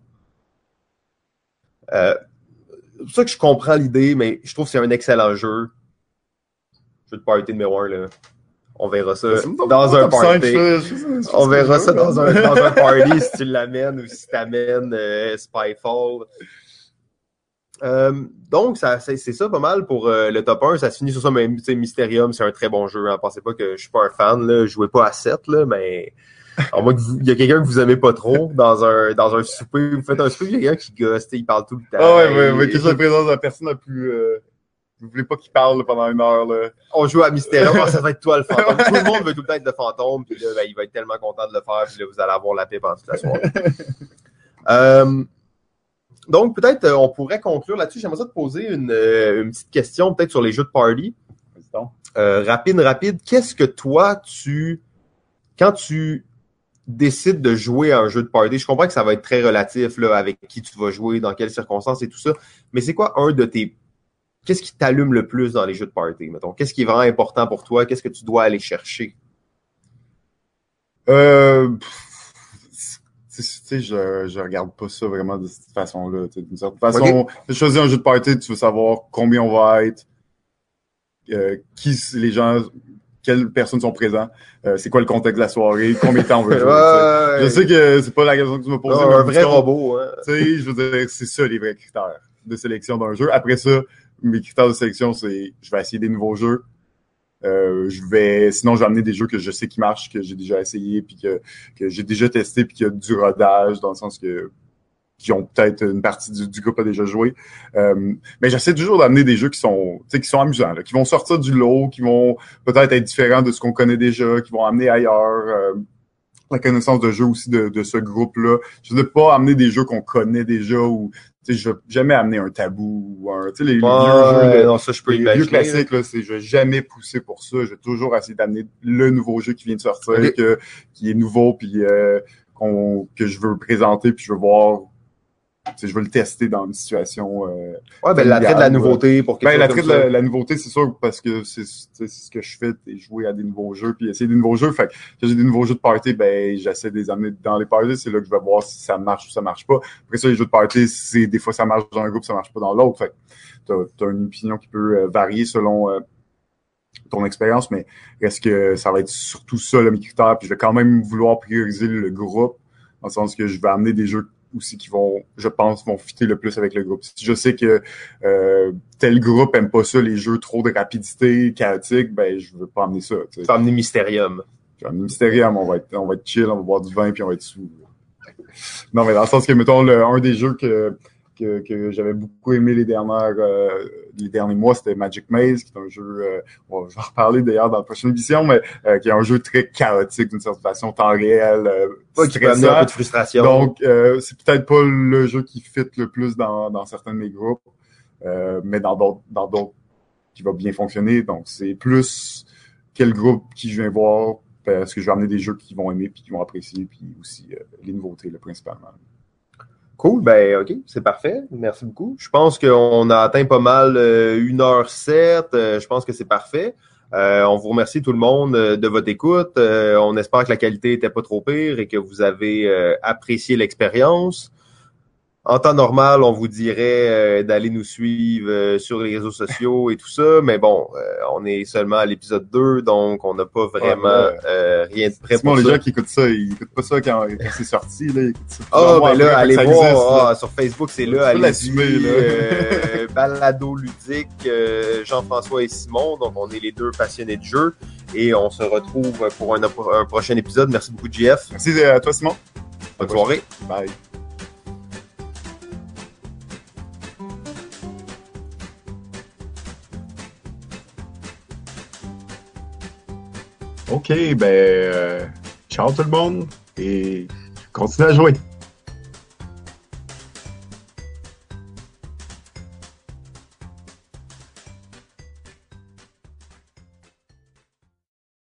Euh, c'est pour ça que je comprends l'idée, mais je trouve que c'est un excellent jeu. Jeu de party numéro un, là. On verra ça dans un party. On verra ça dans un, dans un party si tu l'amènes ou si tu amènes euh, Spyfall. Euh, donc, ça, c'est, c'est ça pas mal pour euh, le top un. Ça se finit sur ça, mais Mysterium, c'est un très bon jeu. Hein. Pensez pas que je suis pas un fan. Là. Je jouais pas à sept, là, mais à moins qu'il y a quelqu'un que vous aimez pas trop dans un dans un souper. Vous faites un souper, il y a quelqu'un qui gosse, il parle tout le temps. Ah ouais, ouais, ouais, que c'est la présence de la personne la plus... Euh... vous voulez pas qu'il parle là, pendant une heure. Là. On joue à Mystérium, oh, ça va être toi le fantôme. Tout le monde veut tout le temps être le fantôme, puis là, ben, il va être tellement content de le faire, puis là, vous allez avoir la paix pendant toute la soirée. euh, donc, peut-être, euh, on pourrait conclure là-dessus. J'aimerais ça te poser une, euh, une petite question, peut-être sur les jeux de party. Euh, rapide, rapide. Qu'est-ce que toi, tu... Quand tu décides de jouer à un jeu de party, je comprends que ça va être très relatif, là, avec qui tu vas jouer, dans quelles circonstances et tout ça, mais c'est quoi un de tes... Qu'est-ce qui t'allume le plus dans les jeux de party, mettons? Qu'est-ce qui est vraiment important pour toi? Qu'est-ce que tu dois aller chercher? Euh... Tu sais, je, je regarde pas ça vraiment de cette façon-là. D'une certaine façon, okay. Tu choisis un jeu de party, tu veux savoir combien on va être, euh, qui les gens... quelles personnes sont présentes, euh, c'est quoi le contexte de la soirée, combien de temps on veut jouer. Ouais, je sais que c'est pas la question que tu m'as posée. Un vrai robot, hein. Tu sais, je veux dire, c'est ça les vrais critères de sélection d'un jeu. Après ça, mes critères de sélection, c'est je vais essayer des nouveaux jeux. Euh, je vais, sinon, je vais amener des jeux que je sais qui marchent, que j'ai déjà essayé, puis que, que j'ai déjà testé, puis qu'il y a du rodage, dans le sens que qui ont peut-être une partie du, du groupe a déjà joué. Euh, mais j'essaie toujours d'amener des jeux qui sont, tu sais, qui sont amusants, là, qui vont sortir du lot, qui vont peut-être être différents de ce qu'on connaît déjà, qui vont amener ailleurs euh, la connaissance de jeu aussi de, de ce groupe-là. Je ne veux pas amener des jeux qu'on connaît déjà ou, tu sais, je vais jamais amener un tabou ou un, tu sais, les, les ouais, vieux jeux, non, ça, je peux les vieux classiques, là, c'est, je vais jamais pousser pour ça. Je vais toujours essayer d'amener le nouveau jeu qui vient de sortir, okay. que, qui est nouveau, puis euh, qu'on, que je veux présenter, puis je veux voir. T'sais, je veux le tester dans une situation. Euh, ouais, ben l'attrait de la nouveauté pour quelque ben, chose l'attrait comme de la, ça. la nouveauté, c'est sûr, parce que c'est, c'est ce que je fais, c'est jouer à des nouveaux jeux, puis essayer des nouveaux jeux. Fait que quand j'ai des nouveaux jeux de party, ben j'essaie de les amener dans les parties. C'est là que je vais voir si ça marche ou ça marche pas. Après ça, les jeux de party, c'est des fois ça marche dans un groupe, ça marche pas dans l'autre. Fait que t'as, t'as une opinion qui peut euh, varier selon euh, ton expérience, mais est-ce que ça va être surtout ça, là, mes critères, puis je vais quand même vouloir prioriser le groupe, dans le sens que je vais amener des jeux aussi qui vont, je pense, vont fitter le plus avec le groupe. Si je sais que euh, tel groupe aime pas ça, les jeux trop de rapidité, chaotique, ben je veux pas amener ça. Tu vas amener Mysterium. Je vais amener Mysterium, on va être, on va être chill, on va boire du vin puis on va être sous. Non, mais dans le sens que, mettons, le, un des jeux que que, que j'avais beaucoup aimé les dernières euh, les derniers mois, c'était Magic Maze, qui est un jeu, euh, on va en reparler d'ailleurs dans la prochaine édition, mais euh, qui est un jeu très chaotique d'une certaine façon, temps réel, euh, ouais, qui peut amener un peu de frustration. Donc, euh, c'est peut-être pas le jeu qui fit le plus dans, dans certains de mes groupes, euh, mais dans d'autres, dans d'autres qui va bien fonctionner. Donc, c'est plus quel groupe qui je viens voir, parce que je vais amener des jeux qu'ils vont aimer puis qu'ils vont apprécier, puis aussi euh, les nouveautés, là, principalement. Cool, ben ok, c'est parfait. Merci beaucoup. Je pense qu'on a atteint pas mal euh, une heure sept. Euh, je pense que c'est parfait. Euh, on vous remercie tout le monde euh, de votre écoute. Euh, on espère que la qualité était pas trop pire et que vous avez euh, apprécié l'expérience. En temps normal, on vous dirait euh, d'aller nous suivre euh, sur les réseaux sociaux et tout ça, mais bon, euh, on est seulement à l'épisode deux, donc on n'a pas vraiment ouais, euh, rien de prêt pour les ça. Les gens qui écoutent ça, ils écoutent pas ça quand, quand c'est sorti, là, ils écoutent ça. Ah, oh, ben là, allez voir, existe, ah, là. Sur Facebook, c'est là, allez-y, euh, Balado Ludique, euh, Jean-François et Simon, donc on est les deux passionnés de jeu, et on se retrouve pour un, un prochain épisode. Merci beaucoup, J F. Merci à toi, Simon. Bonne soirée. Bye. OK, ben, euh, ciao tout le monde et continuez à jouer.